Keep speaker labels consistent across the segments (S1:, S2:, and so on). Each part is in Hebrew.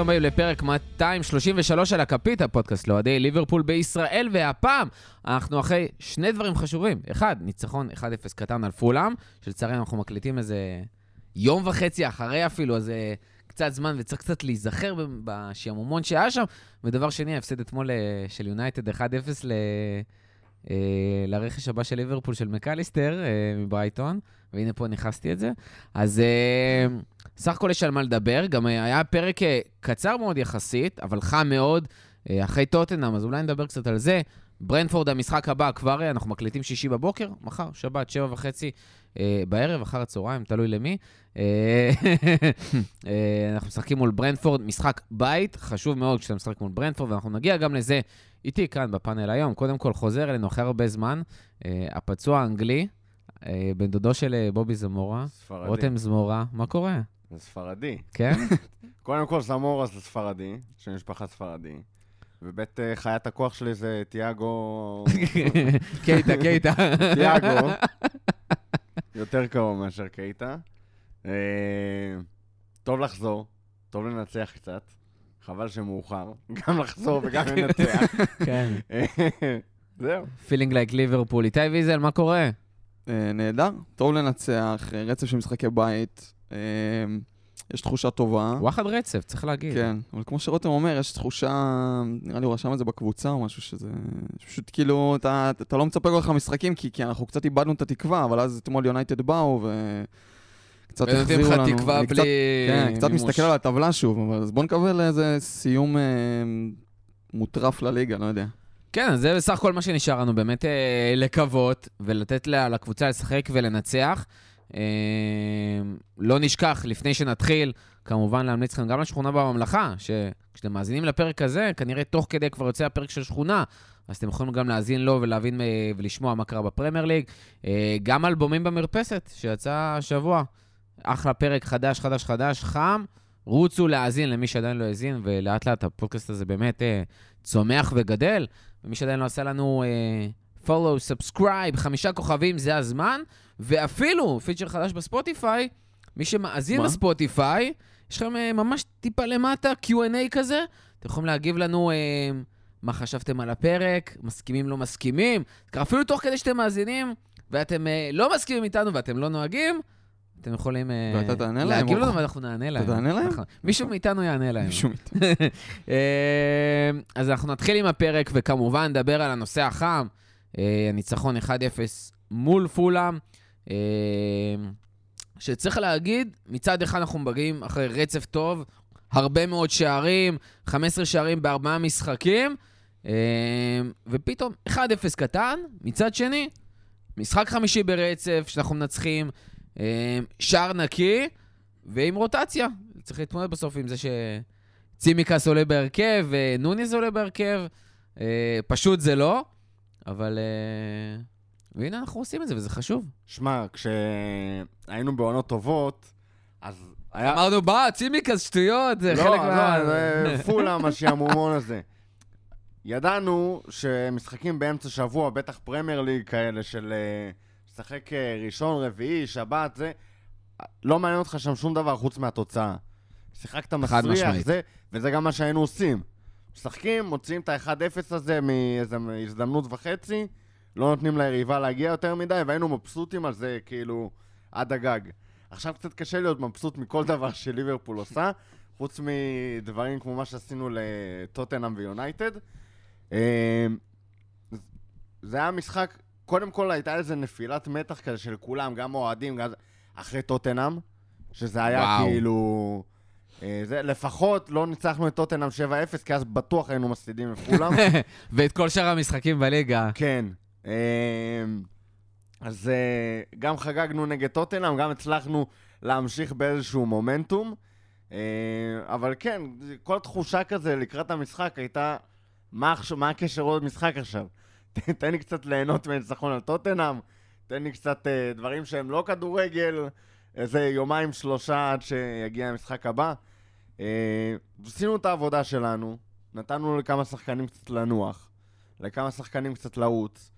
S1: ברוכים הבאים לפרק 233 על הקפית, הפודקאסט לאוהדי ליברפול בישראל, והפעם אנחנו אחרי שני דברים חשובים. אחד, ניצחון 1-0 קטן על פולאם, שלצערנו אנחנו מקליטים איזה יום וחצי אחרי אפילו, אז קצת זמן וצריך קצת להיזכר בשעמומון שהיה שם. ודבר שני, ההפסד אתמול של יונייטד 1-0 לרכש הבא של ליברפול של מקליסטר מברייטון, והנה פה נכנסתי את זה. אז סך הכל יש על מה לדבר, גם היה פרק קצר מאוד יחסית, אבל חם מאוד, אחרי טוטנהאם, אז אולי נדבר קצת על זה. ברנפורד, המשחק הבא כבר, אנחנו מקליטים שישי בבוקר, מחר, שבת, 7:30 בערב, אחר הצהריים, תלוי למי. אנחנו משחקים מול ברנפורד, משחק בית, חשוב מאוד כשאתה משחק מול ברנפורד, ואנחנו נגיע גם לזה איתי כאן בפאנל היום. קודם כל חוזר אלינו אחרי הרבה זמן, הפצוע האנגלי, בן דודו של בובי זמורה,
S2: ספרדי.
S1: רותם זמורה, מה קורה?
S2: זה ספרדי.
S1: כן?
S2: קודם כל, זמורה זה ספרדי, של משפחה ספרדי. ובית חיית הכוח שלי זה תיאגו...
S1: קייטה.
S2: תיאגו. יותר קרוב מאשר קייטה. טוב לחזור, טוב לנצח קצת. חבל שמאוחר. גם לחזור וגם לנצח.
S1: כן.
S2: זהו.
S1: Feeling like ליברפול. איתי ויזל, מה קורה?
S3: נהדר, טוב לנצח, רצף של משחקי בית, יש תחושה טובה.
S1: וואחד רצף, צריך להגיד.
S3: כן, אבל כמו שרותם אומר, יש תחושה, נראה לי הוא רשם את זה בקבוצה או משהו שזה, פשוט כאילו, אתה לא מצפה כל כך משחקים, כי אנחנו קצת איבדנו את התקווה, אבל אז אתמול יונייטד באו וקצת החזירו לנו.
S1: תקווה בלי...
S3: כן, קצת מסתכל על הטבלה שוב, אבל אז בוא נקווה לאיזה סיום מוטרף לליגה, לא יודע.
S1: כן, זה בסך הכל מה שנשאר לנו, באמת לקוות ולתת לקבוצה לשחק ולנצח. לא נשכח, לפני שנתחיל, כמובן להמליץ לכם גם לשכונה בממלכה, שכשאתם מאזינים לפרק הזה, כנראה תוך כדי כבר יוצא הפרק של שכונה, אז אתם יכולים גם להאזין לו ולהבין ולשמוע מה קרה בפרמייר ליג. גם אלבומים במרפסת, שיצא השבוע. אחלה פרק חדש, חם. רוצו להאזין למי שעדיין לא האזין, ולאט לאט הפודקאסט הזה באמת צומח וגדל. ומי שעדיין לא עשה לנו follow, subscribe, 5 כוכבים, זה הזמן. ואפילו פיצ'ר חדש בספוטיפיי, מי שמאזין בספוטיפיי, יש לכם ממש טיפה למטה, Q&A כזה. אתם יכולים להגיב לנו מה חשבתם על הפרק, מסכימים, לא מסכימים. אפילו תוך כדי שאתם מאזינים, ואתם לא מסכימים איתנו ואתם לא נוהגים, אתם יכולים להגיב לנו ואנחנו נענה להם.
S3: אתה תענה להם?
S1: מישהו מאיתנו יענה להם.
S3: מישהו מאיתנו.
S1: אז אנחנו נתחיל עם הפרק, וכמובן נדבר על הנושא החם, הניצחון 1-0 מול פולאם, שצריך להגיד, מצד אחד אנחנו מגיעים אחרי רצף טוב, הרבה מאוד שערים, 15 שערים ב4 משחקים, ופתאום 1-0 קטן, מצד שני, משחק חמישי ברצף שאנחנו מנצחים, שער נקי, ועם רוטציה. צריך להתמודד בסוף עם זה שצימיקס עולה בהרכב, ונוניז עולה בהרכב, פשוט זה לא, אבל... והנה אנחנו עושים את זה, וזה חשוב.
S2: שמע, כשהיינו בעונות טובות, אז היה...
S1: אמרנו, צימיקס, שטויות, זה חלק מה...
S2: לא, זה פולאם, השעמומון הזה. ידענו שמשחקים באמצע שבוע, בטח פרמייר ליג כאלה של משחק ראשון, רביעי, שבת, זה... לא מעניין אותך שם שום דבר חוץ מהתוצאה. שיחקת מסריח, וזה גם מה שהיינו עושים. משחקים, מוציאים את ה-1-0 הזה מאיזו הזדמנות וחצי, לא נותנים ליריבה להגיע יותר מדי, והיינו מבסוטים על זה כאילו עד הגג. עכשיו קצת קשה להיות מבסוט מכל דבר שליברפול עושה, חוץ מדברים כמו מה שעשינו לטוטנהאם ויונייטד. זה היה משחק, קודם כל הייתה איזה נפילת מתח כזה של כולם, גם אוהדים, גם אחרי טוטנהאם, שזה היה כאילו... זה, לפחות לא ניצחנו את טוטנהאם 7-0, כי אז בטוח היינו מסלידים לפולאם.
S1: ואת כל שאר המשחקים בליגה.
S2: כן. אז גם חגגנו נגד טוטנהאם, גם הצלחנו להמשיך באיזשהו מומנטום. אבל כן, כל תחושה כזה לקראת המשחק הייתה, מה הקשר עוד משחק עכשיו? תן לי קצת ליהנות מניצחון על טוטנהאם, תן לי קצת דברים שהם לא כדורגל, איזה 2-3 עד שיגיע המשחק הבא. עשינו את העבודה שלנו, נתנו לכמה שחקנים קצת לנוח, לכמה שחקנים קצת לעוץ.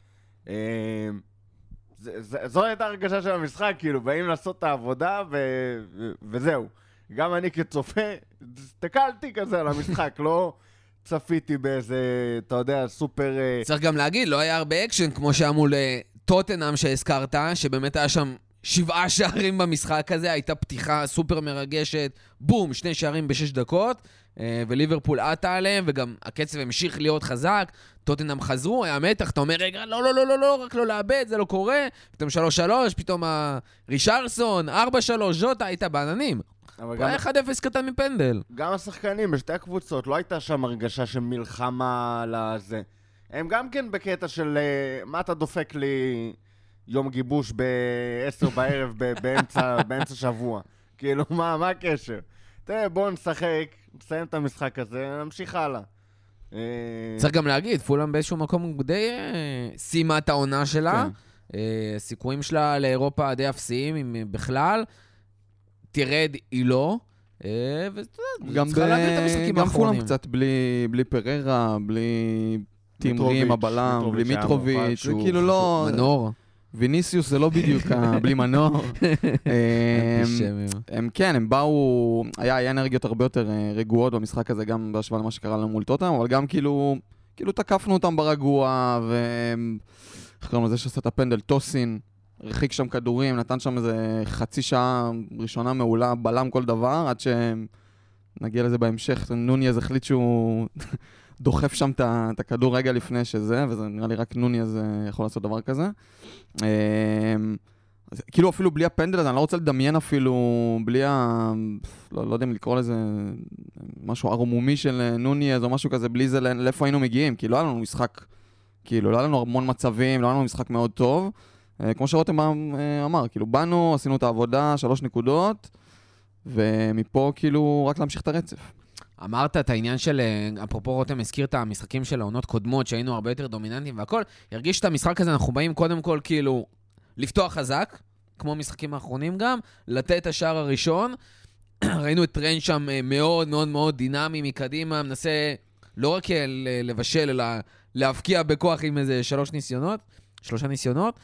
S2: זו הייתה הרגשה של המשחק, כאילו, באים לעשות את העבודה וזהו. גם אני כצופה, הסתכלתי כזה על המשחק, לא צפיתי באיזה, אתה יודע, סופר...
S1: צריך גם להגיד, לא היה הרבה אקשן, כמו שהיה מול טוטנהאם שהזכרת, שבאמת היה שם 7 שערים במשחק הזה, הייתה פתיחה סופר מרגשת, בום, 2 שערים ב6 דקות, וליברפול עטה עליהם, וגם הקצב המשיך להיות חזק, טוטנהאם חזרו, היה מתח, אתה אומר, רגע, לא, רק לא לאבד, זה לא קורה, פתאום 3-3, פתאום רישרסון, 4-3, ז'וטה, הייתה בעננים. היה 1-0 קטן מפנדל.
S2: גם השחקנים בשתי הקבוצות, לא הייתה שם הרגשה של מלחמה לזה. הם גם כן בקטע של מה אתה דופק לי יום גיבוש ב-10 בערב באמצע שבוע. כאילו, מה הקשר? תראה, בואו נשחק, נסיים את המשחק הזה, נמשיך הלאה.
S1: צריך גם להגיד, פולאם באיזשהו מקום די סיימה את העונה שלה. הסיכויים שלה לאירופה די אפסיים, אם בכלל. תרד היא לא. צריכה להביא את המשחקים
S3: גם
S1: האחרונים.
S3: פולאם קצת בלי פררה, בלי תימרים, הבלם, בלי מיטרוביץ', זה כאילו לא...
S1: מנור.
S3: ויניסיוס זה לא בדיוק בלי מנור. הם באו, היה אנרגיות הרבה יותר רגועות במשחק הזה, גם בהשוואה למה שקרה לנו מול טוטנהאם, אבל גם כאילו תקפנו אותם ברגוע, ואחרי זה שעשה את הפנדל טוסין, הרחיק שם כדורים, נתן שם איזה חצי שעה ראשונה מעולה, בלם כל דבר, עד שנגיע לזה בהמשך, נוניאז החליט שהוא דוחף שם את הכדור רגע לפני שזה, וזה נראה לי רק נוניאז יכול לעשות דבר כזה. כאילו אפילו בלי הפנדל הזה, אני לא רוצה לדמיין אפילו, בלי לא יודע אם לקרוא לזה משהו ערמומי של נוניאז או משהו כזה, בלי זה לאיפה היינו מגיעים, כי לא היה לנו משחק, כאילו לא היה לנו המון מצבים, לא היה לנו משחק מאוד טוב, כמו שרותם אמר, כאילו באנו, עשינו את העבודה, 3 נקודות, ומפה כאילו רק להמשיך את הרצף.
S1: אמרת את העניין של, אפרופו רותם הזכיר את המשחקים של העונות קודמות, שהיינו הרבה יותר דומיננטיים והכל, הרגיש את המשחק הזה, אנחנו באים קודם כל כאילו לפתוח חזק, כמו משחקים האחרונים גם, לתת את השער הראשון, ראינו את טרנד שם מאוד מאוד מאוד דינמי מקדימה, מנסה לא רק לבשל, אלא להבקיע בכוח עם איזה 3 ניסיונות,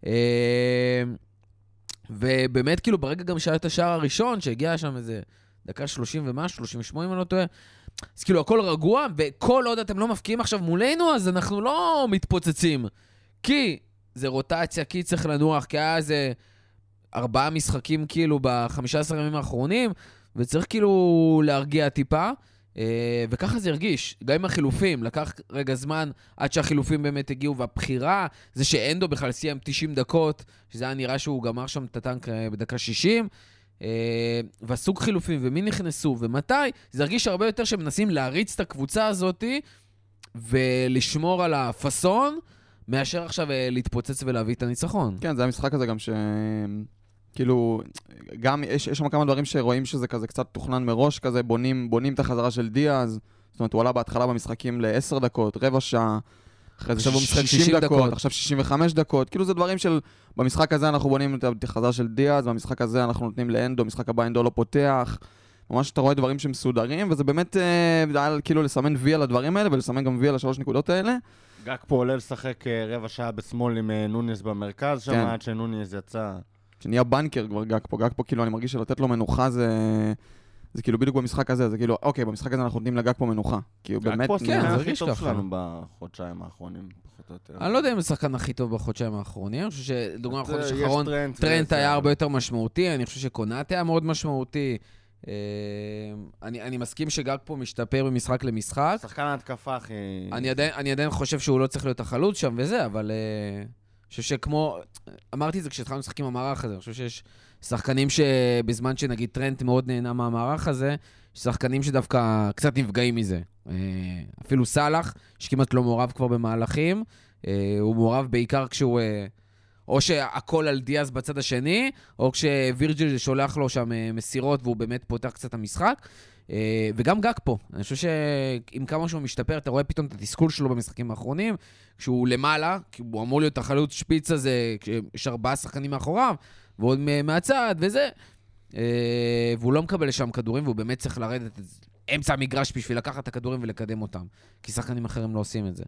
S1: ובאמת כאילו ברגע גם שהיה את השער הראשון, שהגיע שם איזה דקה 30 ומשהו, 38 אם אני לא טועה, אז כאילו הכל רגוע, וכל עוד אתם לא מפקיעים עכשיו מולנו, אז אנחנו לא מתפוצצים, כי זה רוטציה, כי צריך לנוח, כי היה איזה 4 משחקים כאילו ב-15 ימים האחרונים, וצריך כאילו להרגיע טיפה, וככה זה הרגיש, גם עם החילופים, לקח רגע זמן עד שהחילופים באמת הגיעו, והבחירה זה שאנדו בכלל סיים 90 דקות, שזה היה נראה שהוא גמר שם את הטנק בדקה 60, והסוג חילופים ומי נכנסו ומתי, זה הרגיש הרבה יותר שמנסים להריץ את הקבוצה הזאת ולשמור על הפסון, מאשר עכשיו להתפוצץ ולהביא את הניצחון.
S3: כן, זה המשחק הזה גם כאילו, גם יש שם כמה דברים שרואים שזה כזה קצת תוכנן מראש, כזה בונים את החזרה של דיאז, זאת אומרת, הוא עלה בהתחלה במשחקים ל10 דקות, רבע שעה, אחרי זה 60 דקות, עכשיו 65 דקות, כאילו זה דברים של, במשחק הזה אנחנו בונים את החזרה של דיאז, במשחק הזה אנחנו נותנים לאנדו, במשחק הבא אנדו לא פותח, ממש אתה רואה דברים שמסודרים, וזה באמת כאילו לסמן וי על הדברים האלה, ולסמן גם וי על 3 נקודות האלה.
S2: גג פה עולה לשחק רבע שעה בשמאל עם נוניס במרכז, שם עד שנוניס יצא...
S3: שנהיה בנקר כבר גג פה כאילו אני מרגיש שלתת לו מנוחה זה כאילו בדיוק במשחק הזה, זה כאילו, אוקיי, במשחק הזה אנחנו נותנים לגג פה מנוחה. כאילו באמת...
S2: גג פה זה הכי טוב שלנו בחודשיים האחרונים, פחות או יותר.
S1: אני לא יודע אם זה שחקן הכי טוב בחודשיים האחרונים, אני חושב שדוגמה בחודש האחרון, טרנט היה הרבה יותר משמעותי, אני חושב שקונאטה היה מאוד משמעותי. אני מסכים שגג פה משתפר ממשחק למשחק.
S2: שחקן ההתקפה הכי...
S1: אני עדיין חושב שהוא לא צריך להיות החלוץ שם וזה, אבל... אני חושב שכמו, אמרתי את זה כשהתחלנו לשחק עם המערך הזה, אני חושב שיש שחקנים שבזמן שנגיד טרנט מאוד נהנה מהמערך הזה, יש שחקנים שדווקא קצת נפגעים מזה. אפילו סלח, שכמעט לא מעורב כבר במהלכים, הוא מעורב בעיקר כשהוא, או שהכל על דיאז בצד השני, או כשווירג'יל שולח לו שם מסירות והוא באמת פותח קצת המשחק. וגם גג פה, אני חושב שעם כמה שהוא משתפר, אתה רואה פתאום את התסכול שלו במשחקים האחרונים, כשהוא למעלה, כי הוא אמור להיות החלוץ שפיץ הזה, כשיש 4 שחקנים מאחוריו, ועוד מהצד וזה, והוא לא מקבל לשם כדורים, והוא באמת צריך לרדת אמצע המגרש בשביל לקחת את הכדורים ולקדם אותם, כי שחקנים אחרים לא עושים את זה.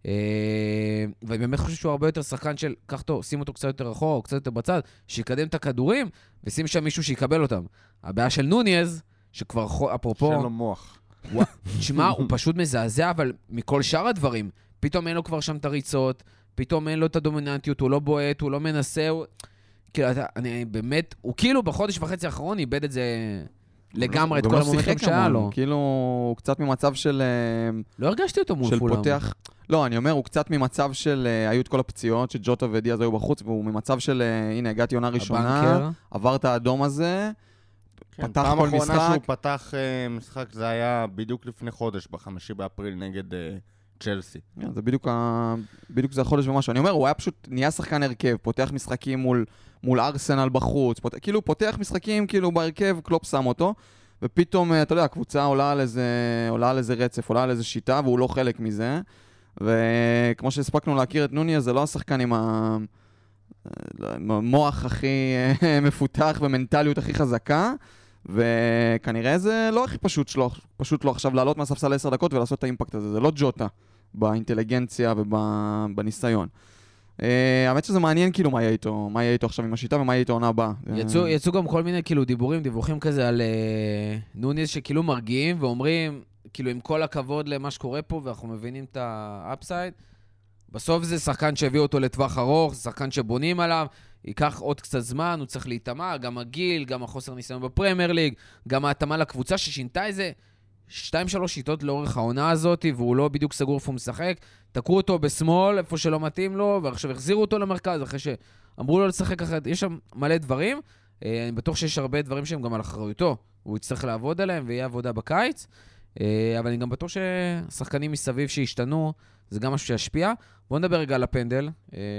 S1: ואני באמת חושב שהוא הרבה יותר שחקן של, קח אותו, שים אותו קצת יותר אחורה, או קצת יותר בצד, שיקדם את הכדורים, ושים שם מישהו שיקבל אותם. הבעיה של נוניאז, שכבר, אפרופו...
S2: שאין לו מוח.
S1: תשמע, הוא פשוט מזעזע, אבל מכל שאר הדברים, פתאום אין לו כבר שם את הריצות, פתאום אין לו את הדומיננטיות, הוא לא בועט, הוא לא מנסה, כאילו, אני באמת, הוא כאילו בחודש וחצי האחרון איבד את זה לגמרי, את כל המומנטום שהיה לו.
S3: כאילו, הוא קצת ממצב של...
S1: לא הרגשתי אותו מול פולאם.
S3: לא, אני אומר, הוא קצת ממצב של... היו את כל הפציעות, שג'וטה ודיאז היו בחוץ, והוא ממצב של... הנה, הגעתי עונה ראשונה, עבר את האדום הזה, פתח כל משחק.
S2: פעם אחרונה שהוא פתח משחק, זה היה בדיוק לפני חודש, ב5 באפריל נגד צ'לסי.
S3: זה בדיוק זה החודש ומשהו. אני אומר, הוא היה פשוט נהיה שחקן הרכב, פותח משחקים מול ארסנל בחוץ, כאילו פותח משחקים כאילו בהרכב, קלופ שם אותו, ופתאום, אתה יודע, הקבוצה עולה על איזה רצף, עולה על איזה שיטה, והוא לא חלק מזה. וכמו שהספקנו להכיר את נוני, זה לא השחקן עם המוח הכי מפותח ומנטליות הכי חזקה, וכנראה זה לא הכי פשוט לא עכשיו לעלות מהספסל 10 דקות ולעשות את האימפקט הזה, זה לא ג'וטה באינטליגנציה ובניסיון. האמת שזה מעניין כאילו מה יהיה איתו עכשיו עם השיטה ומה יהיה איתו עונה הבאה.
S1: יצאו גם כל מיני כאילו דיווחים כזה על נוניס שכאילו מרגיעים ואומרים, כאילו עם כל הכבוד למה שקורה פה ואנחנו מבינים את האפסייד, בסוף זה שחקן שהביא אותו לטווח ארוך, זה שחקן שבונים עליו, ייקח עוד קצת זמן, הוא צריך להתאמה, גם הגיל, גם החוסר ניסיון בפרמייר ליג, גם ההתאמה לקבוצה ששינתה איזה 2-3 שיטות לאורך העונה הזאת, והוא לא בדיוק סגור איפה הוא משחק, תקעו אותו בשמאל, איפה שלא מתאים לו, ועכשיו החזירו אותו למרכז, אחרי שאמרו לו לשחק אחרת. יש שם מלא דברים, אני בטוח שיש הרבה דברים שהם גם על אחריותו, הוא יצטרך לעבוד עליהם, ויהיה עבודה בקיץ, אבל אני גם בטוח ששחקנים מסביב שהשתנו, זה גם משהו שישפיע. בואו נדבר רגע על הפנדל,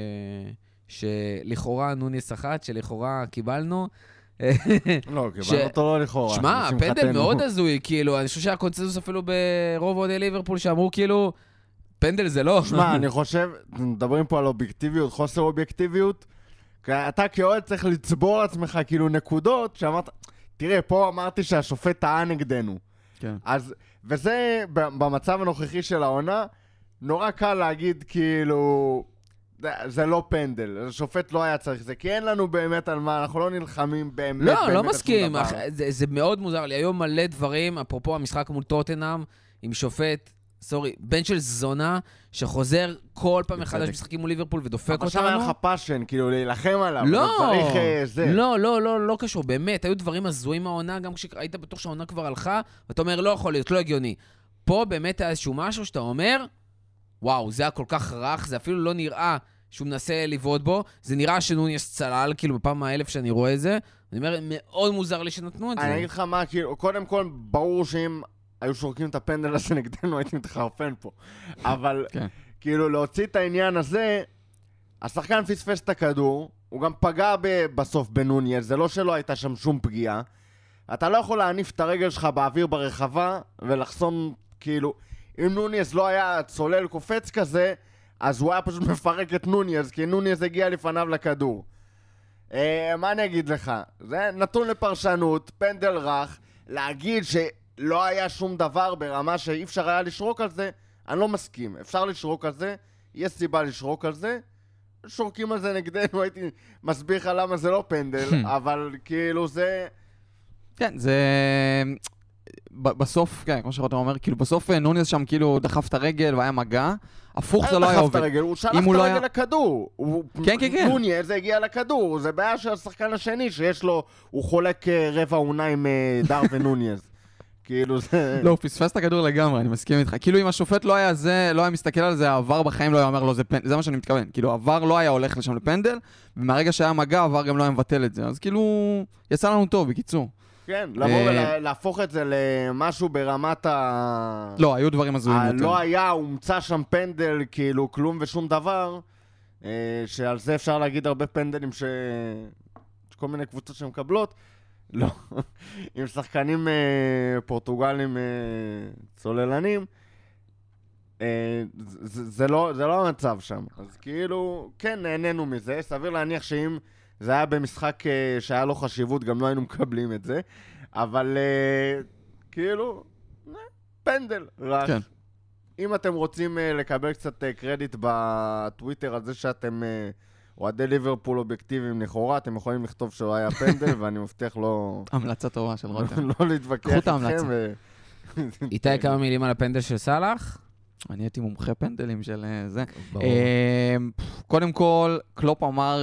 S1: שלכאורה נוניס אחת, שלכאורה קיבלנו.
S2: לא, קיבלנו אותו לא לכאורה.
S1: שמע, הפנדל מאוד הזוי, כאילו, אני חושב שהקונצנזוס אפילו ברוב אוהדי ליברפול שאמרו כאילו, פנדל זה לא.
S2: שמע, אני חושב, מדברים פה על אובייקטיביות, חוסר אובייקטיביות, אתה כאוהד צריך לצבור לעצמך כאילו נקודות, שאמרת, תראה, פה אמרתי שהשופט טעה נגדנו.
S3: כן.
S2: אז, וזה במצב הנוכחי של העונה, נורא קל להגיד כאילו, זה לא פנדל, השופט לא היה צריך זה, כי אין לנו באמת על מה, אנחנו לא נלחמים באמת.
S1: לא מסכים, זה מאוד מוזר לי, היום מלא דברים, אפרופו המשחק מול טוטנהאם, עם שופט, בן של זונה, שחוזר כל פעם אחד המשחקים מול ליברפול ודופק אותנו.
S2: אבל שם היה לך פאשן, כאילו להילחם עליו, צריך זה.
S1: לא קשור, באמת, היו דברים הזויים מהעונה, גם כשהיית בטוח שהעונה כבר הלכה, ואתה אומר, לא יכול להיות, לא הגיוני. פה באמת היה איזשהו משהו שאתה אומר, וואו, זה היה כל כך רך, זה אפילו לא נראה שהוא מנסה לבעוט בו, זה נראה שנוניס צלל, כאילו בפעם האלף שאני רואה את זה, אני אומר, מאוד מוזר לי שנתנו את זה.
S2: אני אגיד לך מה, כאילו, קודם כל, ברור שאם היו שורקים את הפנדל הזה נגדנו, הייתי מתחרפן פה. אבל, כאילו, להוציא את העניין הזה, השחקן פספס את הכדור, הוא גם פגע בסוף בנוניס, זה לא שלא הייתה שם שום פגיעה. אתה לא יכול להניף את הרגל שלך באוויר ברחבה, ולחסום, כאילו, אם נוניס לא היה צולל קופץ כזה, אז הוא היה פשוט מפרק את נוניס, כי נוניס הגיע לפניו לכדור. מה אני אגיד לך? זה נתון לפרשנות, פנדל רך, להגיד שלא היה שום דבר ברמה שאי אפשר היה לשרוק על זה, אני לא מסכים. אפשר לשרוק על זה, יש סיבה לשרוק על זה, שורקים על זה נגדנו, הייתי מסביר לך למה זה לא פנדל, אבל כאילו זה...
S3: כן, זה... בסוף, כן, כמו שאתה אומר, כאילו בסוף נוניס שם כאילו דחף את הרגל והיה מגע, הפוך זה לא היה עובד.
S2: הוא שלח את הרגל לכדור.
S3: כן, כן, כן.
S2: נוניס זה הגיע לכדור, זה בעיה של השחקן השני שיש לו, הוא חולק רבע עונה עם דרווין נוניס. כאילו זה...
S3: לא, הוא פספס את הכדור לגמרי, אני מסכים איתך. כאילו אם השופט לא היה מסתכל על זה, העבר בחיים לא היה אומר לו, זה מה שאני מתכוון. כאילו העבר לא היה הולך לשם לפנדל, ומהרגע שהיה מגע, העבר גם לא היה מבטל את זה. אז כאילו, יצא לנו טוב, בקיצור.
S2: כן, לבוא ולהפוך את זה למשהו ברמת ה...
S3: לא, היו דברים הזויים יותר.
S2: לא היה, הומצא שם פנדל, כאילו כלום ושום דבר, שעל זה אפשר להגיד הרבה פנדלים כל מיני קבוצות שמקבלות. לא, עם שחקנים פורטוגלים צוללנים, זה לא המצב שם. אז כאילו, כן, נהנינו מזה, סביר להניח שאם... זה היה במשחק שהיה לו חשיבות, גם לא היינו מקבלים את זה, אבל כאילו, פנדל, רק. כן. אם אתם רוצים לקבל קצת קרדיט בטוויטר על זה שאתם אוהדי ליברפול אובייקטיביים לכאורה, אתם יכולים לכתוב שלא היה פנדל, ואני מבטיח לא...
S3: המלצה טובה של רותם.
S2: לא להתווכח איתכם.
S1: איתי, כמה מילים על הפנדל של סלאח?
S3: אני הייתי מומחה פנדלים של זה. קודם כל, קלופ אמר,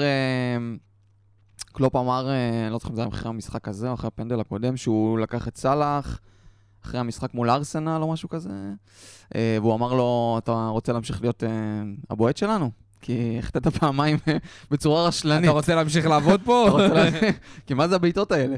S3: אני לא זוכר אם זה היה אחרי המשחק הזה, או אחרי הפנדל הקודם, שהוא לקח את סלאח, אחרי המשחק מול ארסנל או משהו כזה, והוא אמר לו, אתה רוצה להמשיך להיות הבועט שלנו? כי החטאת פעמיים בצורה רשלנית.
S1: אתה רוצה להמשיך לעבוד פה?
S3: כי מה זה הבעיטות האלה?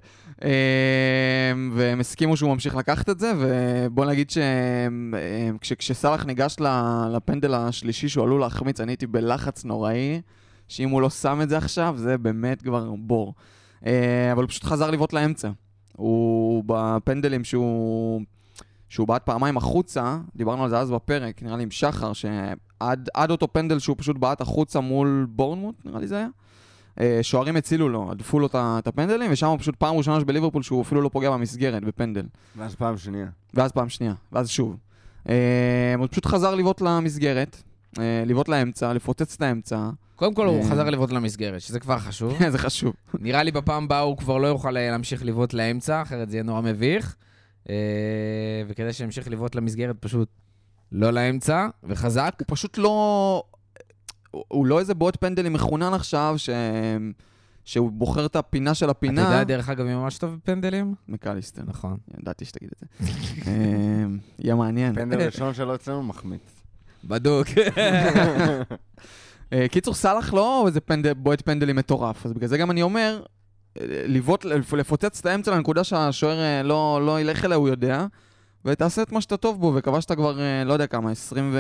S3: והם הסכימו שהוא ממשיך לקחת את זה, ובוא נגיד שכשסלאח ניגש לפנדל השלישי שהוא עלול להחמיץ, אני הייתי בלחץ נוראי, שאם הוא לא שם את זה עכשיו, זה באמת כבר בור. אבל הוא פשוט חזר לבעוט לאמצע. הוא בפנדלים שהוא בעט פעמיים החוצה, דיברנו על זה אז בפרק, נראה לי עם שחר, שעד אותו פנדל שהוא פשוט בעט החוצה מול בורנמוט, נראה לי זה היה, שוערים הצילו לו, עדפו לו את הפנדלים, ושם הוא פשוט פעם ראשונה בליברפול שהוא אפילו לא פוגע במסגרת בפנדל.
S2: ואז פעם שנייה.
S3: ואז שוב. הוא פשוט חזר לבעוט למסגרת, לבעוט לאמצע, לפוצץ את האמצע.
S1: קודם כל הוא חזר לבעוט למסגרת, שזה כבר חשוב.
S3: זה חשוב.
S1: נראה לי בפעם הבאה הוא כבר לא יוכל להמשיך לבעוט לאמצע, אחרת זה יהיה נורא מביך. וכדי שימשיך לבעוט למסגרת פשוט לא לאמצע, וחזק.
S3: הוא פשוט לא... הוא לא איזה בועט פנדלים מחונן עכשיו, שהוא בוחר את הפינה של הפינה.
S1: אתה יודע דרך אגב, ממש טוב בפנדלים?
S3: מקליסטר.
S1: נכון.
S3: ידעתי שתגיד את זה. יהיה מעניין.
S2: פנדל ראשון שלא אצלנו מחמיץ.
S1: בדוק.
S3: קיצור, סלאח לא איזה בועט פנדלים מטורף, אז בגלל זה גם אני אומר, לפוצץ את האמצע לנקודה שהשוער לא ילך אליה, הוא יודע, ותעשה את מה שאתה טוב בו, וקבע שאתה כבר, לא יודע כמה, 20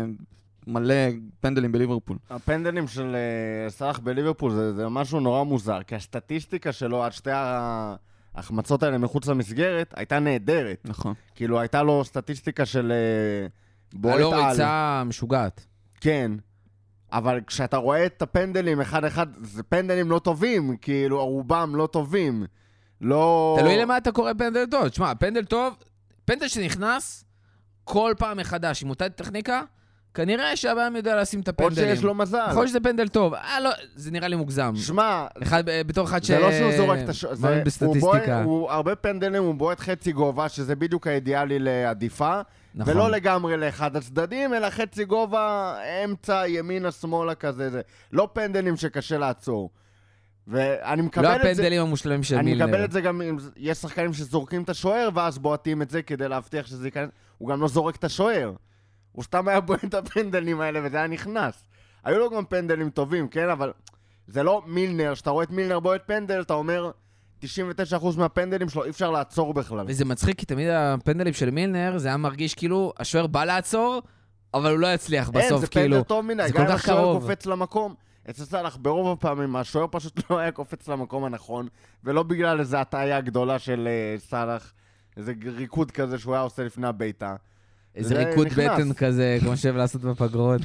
S3: ומלא פנדלים בליברפול.
S2: הפנדלים של סלאח בליברפול זה משהו נורא מוזר, כי הסטטיסטיקה שלו עד שתי ההחמצות האלה מחוץ למסגרת הייתה נהדרת.
S3: נכון.
S2: כאילו הייתה לו סטטיסטיקה של בועט על.
S1: הלא ריצה משוגעת.
S2: כן. אבל כשאתה רואה את הפנדלים אחד-אחד, זה פנדלים לא טובים, כאילו רובם לא טובים. לא...
S1: תלוי למה אתה קורא פנדל טוב. תשמע, פנדל טוב, פנדל שנכנס כל פעם מחדש עם אותה טכניקה, כנראה שהבאים יודע לשים את הפנדלים.
S2: עוד שיש לו מזל.
S1: יכול להיות שזה פנדל טוב. לא, זה נראה לי מוגזם.
S2: שמע,
S1: בתור אחד
S2: זה לא שהוא זורק את
S1: מאמין בסטטיסטיקה.
S2: הוא הרבה פנדלים, הוא בועט חצי גובה, שזה בדיוק האידיאלי לעדיפה.
S1: נכון.
S2: ולא לגמרי לאחד הצדדים, אלא חצי גובה, אמצע, ימינה, שמאלה כזה. זה. לא פנדלים שקשה לעצור. ואני מקבל
S1: לא
S2: את זה...
S1: הפנדלים המושלמים של מילנר.
S2: אני מקבל את זה גם, יש שחקנים שזורקים את השוער, ואז בועטים את זה כדי להבטיח שזה ייכנס. הוא גם לא זורק את השוער. הוא סתם היה בועט את הפנדלים האלה, וזה היה נכנס. היו לו גם פנדלים טובים, כן? אבל זה לא מילנר. כשאתה רואה את מילנר בועט פנדל, אתה אומר... 99% מהפנדלים שלו אי אפשר לעצור בכלל.
S1: וזה מצחיק, כי תמיד הפנדלים של מילנר, זה היה מרגיש כאילו, השוער בא לעצור, אבל הוא לא יצליח בסוף,
S2: זה
S1: כאילו.
S2: פנדל טוב מדי,
S1: זה
S2: גם
S1: כל כך
S2: השוער
S1: קרוב.
S2: קופץ למקום. אצל סלאח ברוב הפעמים, השוער פשוט לא היה קופץ למקום הנכון, ולא בגלל איזו הטעיה גדולה של סלאח, איזה ריקוד כזה שהוא היה עושה לפני הביתה.
S1: איזה ריקוד בטן כזה, כמו שאוהב לעשות בפגרות.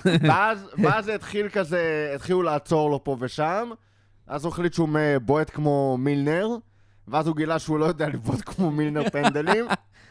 S2: ואז זה התחיל כזה, התחילו לעצור לו פה ושם, אז הוא החליט שהוא בועט כמו מילנר, ואז הוא גילה שהוא לא יודע לבעוט כמו מילנר פנדלים,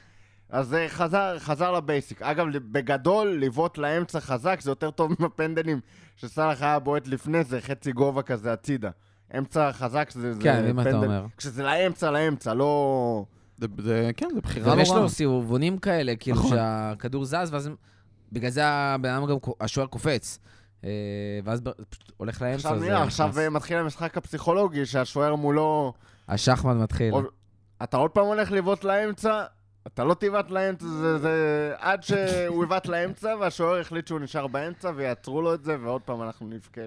S2: אז זה חזר לבייסיק. אגב, בגדול, לבעוט לאמצע חזק, זה יותר טוב מהפנדלים שסלאח היה בועט לפני זה, חצי גובה כזה הצידה. אמצע חזק זה
S1: כן, מה אתה אומר?
S2: כשזה לאמצע, לא...
S3: כן, זה בחירה לא רעה.
S1: ויש לו סיבובונים כאלה, כאילו שהכדור זז, ואז בגלל זה גם השוער קופץ. ואז פשוט הולך לאמצע.
S2: עכשיו מתחיל המשחק הפסיכולוגי, שהשוער מולו...
S1: השחמט מתחיל.
S2: אתה עוד פעם הולך לבעוט לאמצע, אתה לא תיבעט לאמצע, זה עד שהוא יבעט לאמצע, והשוער החליט שהוא נשאר באמצע, ויעצרו לו את זה, ועוד פעם אנחנו נבכה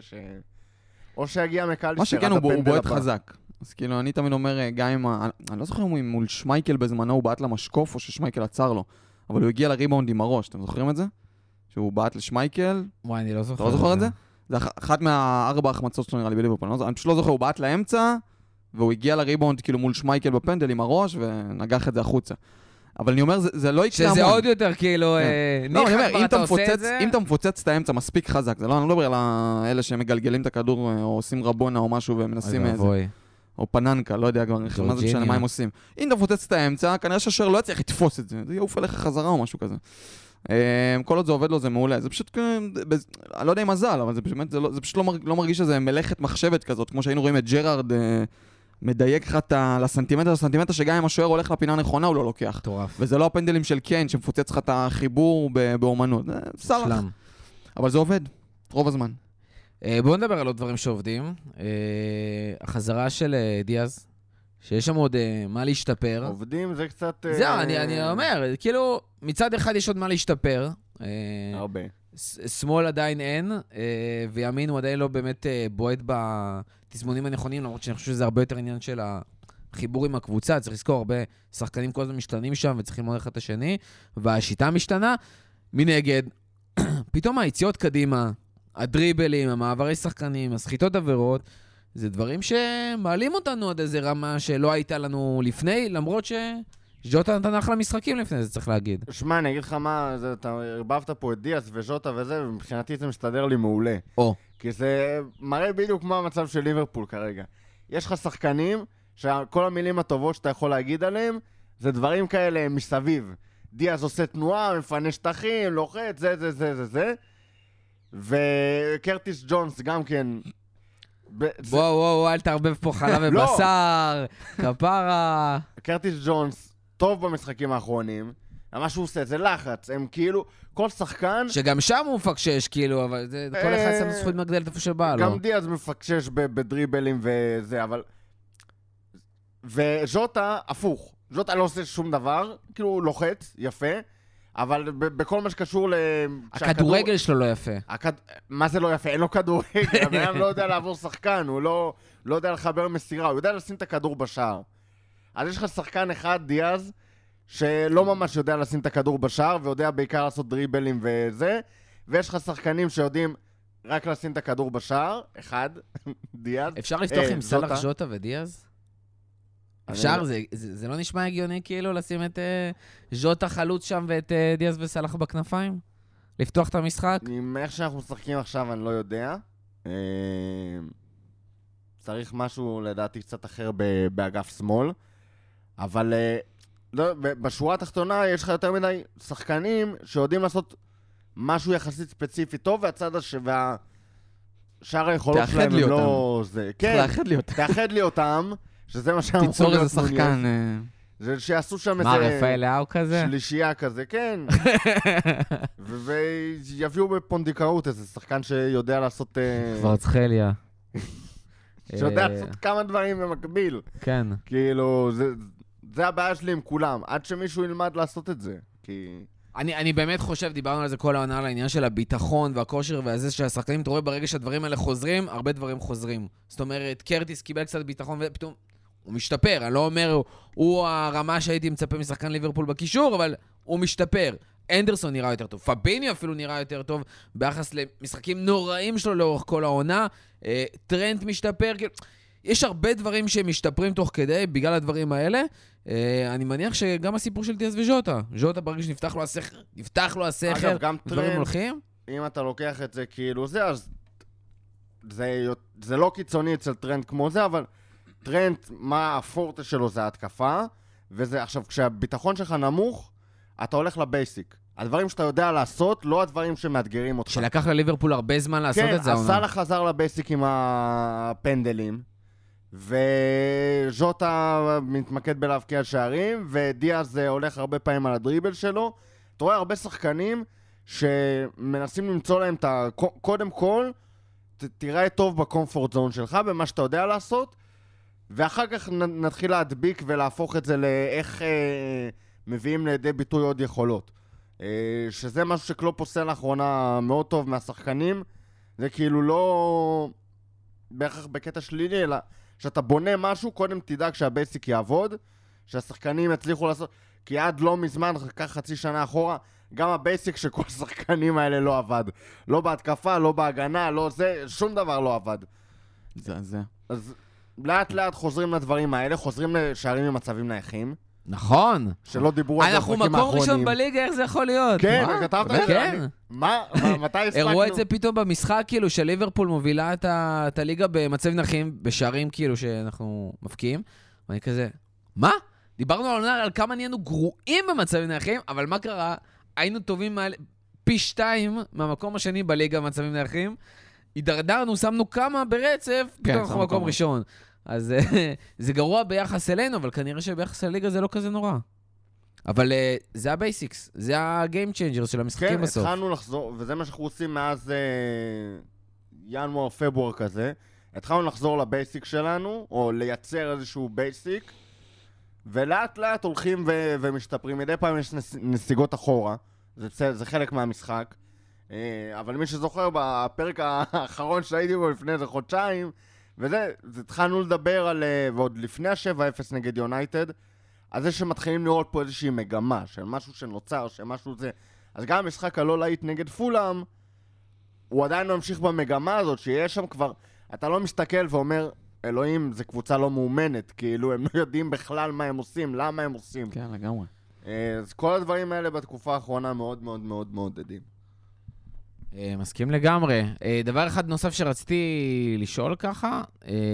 S2: או שיגיע מקליסטר.
S3: מה שכן, הוא בועט חזק. אז כאילו, אני תמיד אומר, גם אם... אני לא זוכר אם מול שמייקל בזמנו הוא בעט למשקוף, או ששמייקל עצר לו. אבל הוא הגיע לריבאונד עם הראש, אתם זוכרים את זה? שהוא בעט לשמייקל.
S1: וואי, אני לא זוכר.
S3: אתה לא זוכר את זה? זה אחת מהארבע החמצות שלו נראה לי בליברפול. אני פשוט לא זוכר, הוא בעט לאמצע, והוא הגיע לריבאונד כאילו מול שמייקל בפנדל עם הראש, ונגח את זה החוצה. אבל אני אומר, זה לא יקרה המון.
S1: שזה עוד יותר כאילו...
S3: לא, אני אומר, אם אתה מפוצץ את האמצע מספיק חזק, זה לא, אני לא מדבר על אלה שמגלגלים את הכדור, או עושים רבונה או משהו, ומנסים איזה... או פננקה, לא יודע כבר, מה זה משנה, מה הם עושים. אם אתה מפוצץ את האמצע, כנראה שהשוער לא יצליח לתפוס את זה, זה יעוף אליך חזרה או משהו כזה. כל עוד זה עובד לו זה מעולה. זה פשוט, אני לא יודע אם מזל, אבל זה פשוט לא מרגיש שזה מלאכת מחשבת כזאת, כמו שהיינו רואים את ג'רארד מדייק לך לסנטימטר שגם אם השוער הולך לפינה הנכונה הוא לא לוקח.
S1: מטורף.
S3: וזה לא הפנדלים של קיין שמפוצץ לך את החיבור באומנות. סלח. אבל זה עובד, רוב הזמן.
S1: בואו נדבר על עוד דברים שעובדים. החזרה של דיאז, שיש שם עוד מה להשתפר.
S2: עובדים זה קצת...
S1: זהו, אני אומר, כאילו, מצד אחד יש עוד מה להשתפר.
S2: הרבה.
S1: שמאל עדיין אין, וימין הוא עדיין לא באמת בועט בתזמונים הנכונים, למרות שאני חושב שזה הרבה יותר עניין של החיבור עם הקבוצה. צריך לזכור, הרבה שחקנים כל הזמן משתנים שם, וצריכים לראות אחד את השני, והשיטה משתנה. מנגד, פתאום היציאות קדימה, הדריבלים, המעברי שחקנים, הסחיטות עבירות, זה דברים שמעלים אותנו עד איזה רמה שלא הייתה לנו לפני, למרות שז'וטה נתן אחלה משחקים לפני, זה צריך להגיד.
S2: שמע, אני אגיד לך מה, אתה הרבבת פה את דיאס וז'וטה וזה, ומבחינתי זה מסתדר לי מעולה. כי זה מראה בדיוק מה המצב של ליברפול כרגע. יש לך שחקנים שכל המילים הטובות שאתה יכול להגיד עליהם, זה דברים כאלה מסביב. דיאס עושה תנועה, מפנה שטחים, לוחץ, זה. וקרטיס ג'ונס גם כן...
S1: וואו, אל תערבב פה חלב ובשר, כפרה.
S2: קרטיס ג'ונס טוב במשחקים האחרונים, מה שהוא עושה, זה לחץ, הם כאילו, כל שחקן...
S1: שגם שם הוא מפקשש, כאילו, אבל כל אחד שם זכות מגדלת איפה שבא, לא?
S2: גם דיאז מפקשש בדריבלים וזה, אבל... וז'וטה, הפוך. ז'וטה לא עושה שום דבר, כאילו הוא לוחץ, יפה, אבל בכל מה שקשור ל...
S1: הכדורגל שלו לא יפה.
S2: מה זה לא יפה? אין לו כדורגל, הבן לא יודע לעבור שחקן, הוא לא יודע לחבר מסירה, הוא יודע לשים את הכדור בשער. אז יש לך שחקן אחד, דיאז, שלא ממש יודע לשים את הכדור בשער, ויודע בעיקר לעשות דריבלים וזה, ויש לך שחקנים שיודעים רק לשים את הכדור בשער, אחד, דיאז.
S1: אפשר לפתוח עם סלח, ז'וטה ודיאז? אפשר? זה לא נשמע הגיוני כאילו לשים את ז'וטה חלוץ שם ואת דיאז וסלח בכנפיים? לפתוח את המשחק?
S2: עם איך שאנחנו משחקים עכשיו אני לא יודע. צריך משהו לדעתי קצת אחר באגף שמאל. אבל בשורה התחתונה יש לך יותר מדי שחקנים שיודעים לעשות משהו יחסית ספציפי טוב, והצד והשאר היכולות שלהם הם לא... כן, תאחד לי אותם. שזה מה שאנחנו
S3: תיצור איזה שחקן.
S2: זה שיעשו שם איזה...
S1: מה, רפאל לאו כזה?
S2: שלישייה כזה, כן. ויביאו בפונדיקאות איזה שחקן שיודע לעשות...
S1: קוורצחליה.
S2: שיודע לעשות כמה דברים במקביל.
S1: כן.
S2: כאילו, זה הבעיה שלי עם כולם. עד שמישהו ילמד לעשות את זה. כי...
S1: אני באמת חושב, דיברנו על זה כל העונה, על העניין של הביטחון והכושר והזה שהשחקנים, אתה רואה ברגע שהדברים האלה חוזרים, הרבה דברים חוזרים. זאת אומרת, קרטיס קיבל קצת ביטחון ופתאום הוא משתפר. אני לא אומר, הוא הרמה שהייתי מצפה משחקן ליברפול בקישור, אבל הוא משתפר. אנדרסון נראה יותר טוב. פביניו אפילו נראה יותר טוב ביחס למשחקים נוראים שלו לאורך כל העונה. טרנט משתפר. יש הרבה דברים שהם משתפרים תוך כדי, בגלל הדברים האלה. אני מניח שגם הסיפור של דיאז וז'וטה. ז'וטה ברגע שנפתח לו השכל,
S2: אגב, גם
S1: דברים הולכים.
S2: אם אתה לוקח את זה כאילו זה, אז זה לא קיצוני אצל טרנט כמו זה, אבל טרנט, מה הפורטה שלו זה ההתקפה, וזה עכשיו, כשהביטחון שלך נמוך, אתה הולך לבייסיק. הדברים שאתה יודע לעשות, לא הדברים שמאתגרים אותך.
S1: שלקח לליברפול הרבה זמן לעשות את זה.
S2: כן, סלאח חזר לבייסיק עם הפנדלים, וז'וטה מתמקד בלהבקיע שערים, ודיאז הולך הרבה פעמים על הדריבל שלו. אתה רואה הרבה שחקנים שמנסים למצוא להם את קודם כל, תראה טוב בקומפורט זון שלך, במה שאתה יודע לעשות, ואחר כך נתחיל להדביק ולהפוך את זה לאיך מביאים לידי ביטוי עוד יכולות. שזה משהו שקלופ עושה לאחרונה מאוד טוב מהשחקנים, זה כאילו לא בהכרח בקטע שלילי, אלא שאתה בונה משהו, קודם תדאג שהבייסיק יעבוד, שהשחקנים יצליחו לעשות, כי עד לא מזמן, כך חצי שנה אחורה, גם הבייסיק של כל השחקנים האלה לא עבד. לא בהתקפה, לא בהגנה, לא זה, שום דבר לא עבד.
S3: זה.
S2: אז לאט לאט חוזרים לדברים האלה, חוזרים לשערים ממצבים נייחים.
S1: נכון.
S2: שלא דיברו על זה
S1: אנחנו מקום ראשון בליגה, איך זה יכול להיות?
S2: כן, כתבת את זה?
S1: כן.
S2: מה? מתי הספקנו?
S1: הראו את זה פתאום במשחק, כאילו, שליברפול מובילה את הליגה במצב נייחים, בשערים כאילו שאנחנו מפקיעים, ואני כזה, מה? דיברנו על כמה נהיינו גרועים במצב נייחים, אבל מה קרה? היינו טובים פי 2 מהמקום השני בליגה מצבים נייחים, הידרדרנו, שמנו כמה ברצף, פתאום אנחנו מקום ראשון. אז זה גרוע ביחס אלינו, אבל כנראה שביחס לליגה זה לא כזה נורא. אבל זה הבייסיקס, זה הגיים צ'יינג'ר של המשחקים בסוף.
S2: כן, התחלנו לחזור, וזה מה שאנחנו עושים מאז ינואר, פברואר כזה. התחלנו לחזור לבייסיק שלנו, או לייצר איזשהו בייסיק, ולאט לאט הולכים ומשתפרים. מדי פעם יש נסיגות אחורה, זה חלק מהמשחק. אבל מי שזוכר, בפרק האחרון שהייתי בו לפני איזה חודשיים, וזה, התחלנו לדבר על, ועוד לפני ה-7-0 נגד יונייטד, אז זה שמתחילים לראות פה איזושהי מגמה, של משהו שנוצר, שמשהו זה. אז גם המשחק הלא להיט נגד פולאם, הוא עדיין ממשיך במגמה הזאת, שיש שם כבר, אתה לא מסתכל ואומר, אלוהים, זו קבוצה לא מאומנת, כאילו הם לא יודעים בכלל מה הם עושים, למה הם עושים.
S3: כן, לגמרי.
S2: אז כל הדברים האלה בתקופה האחרונה מאוד מאוד מאוד מעודדים.
S1: מסכים לגמרי. דבר אחד נוסף שרציתי לשאול ככה,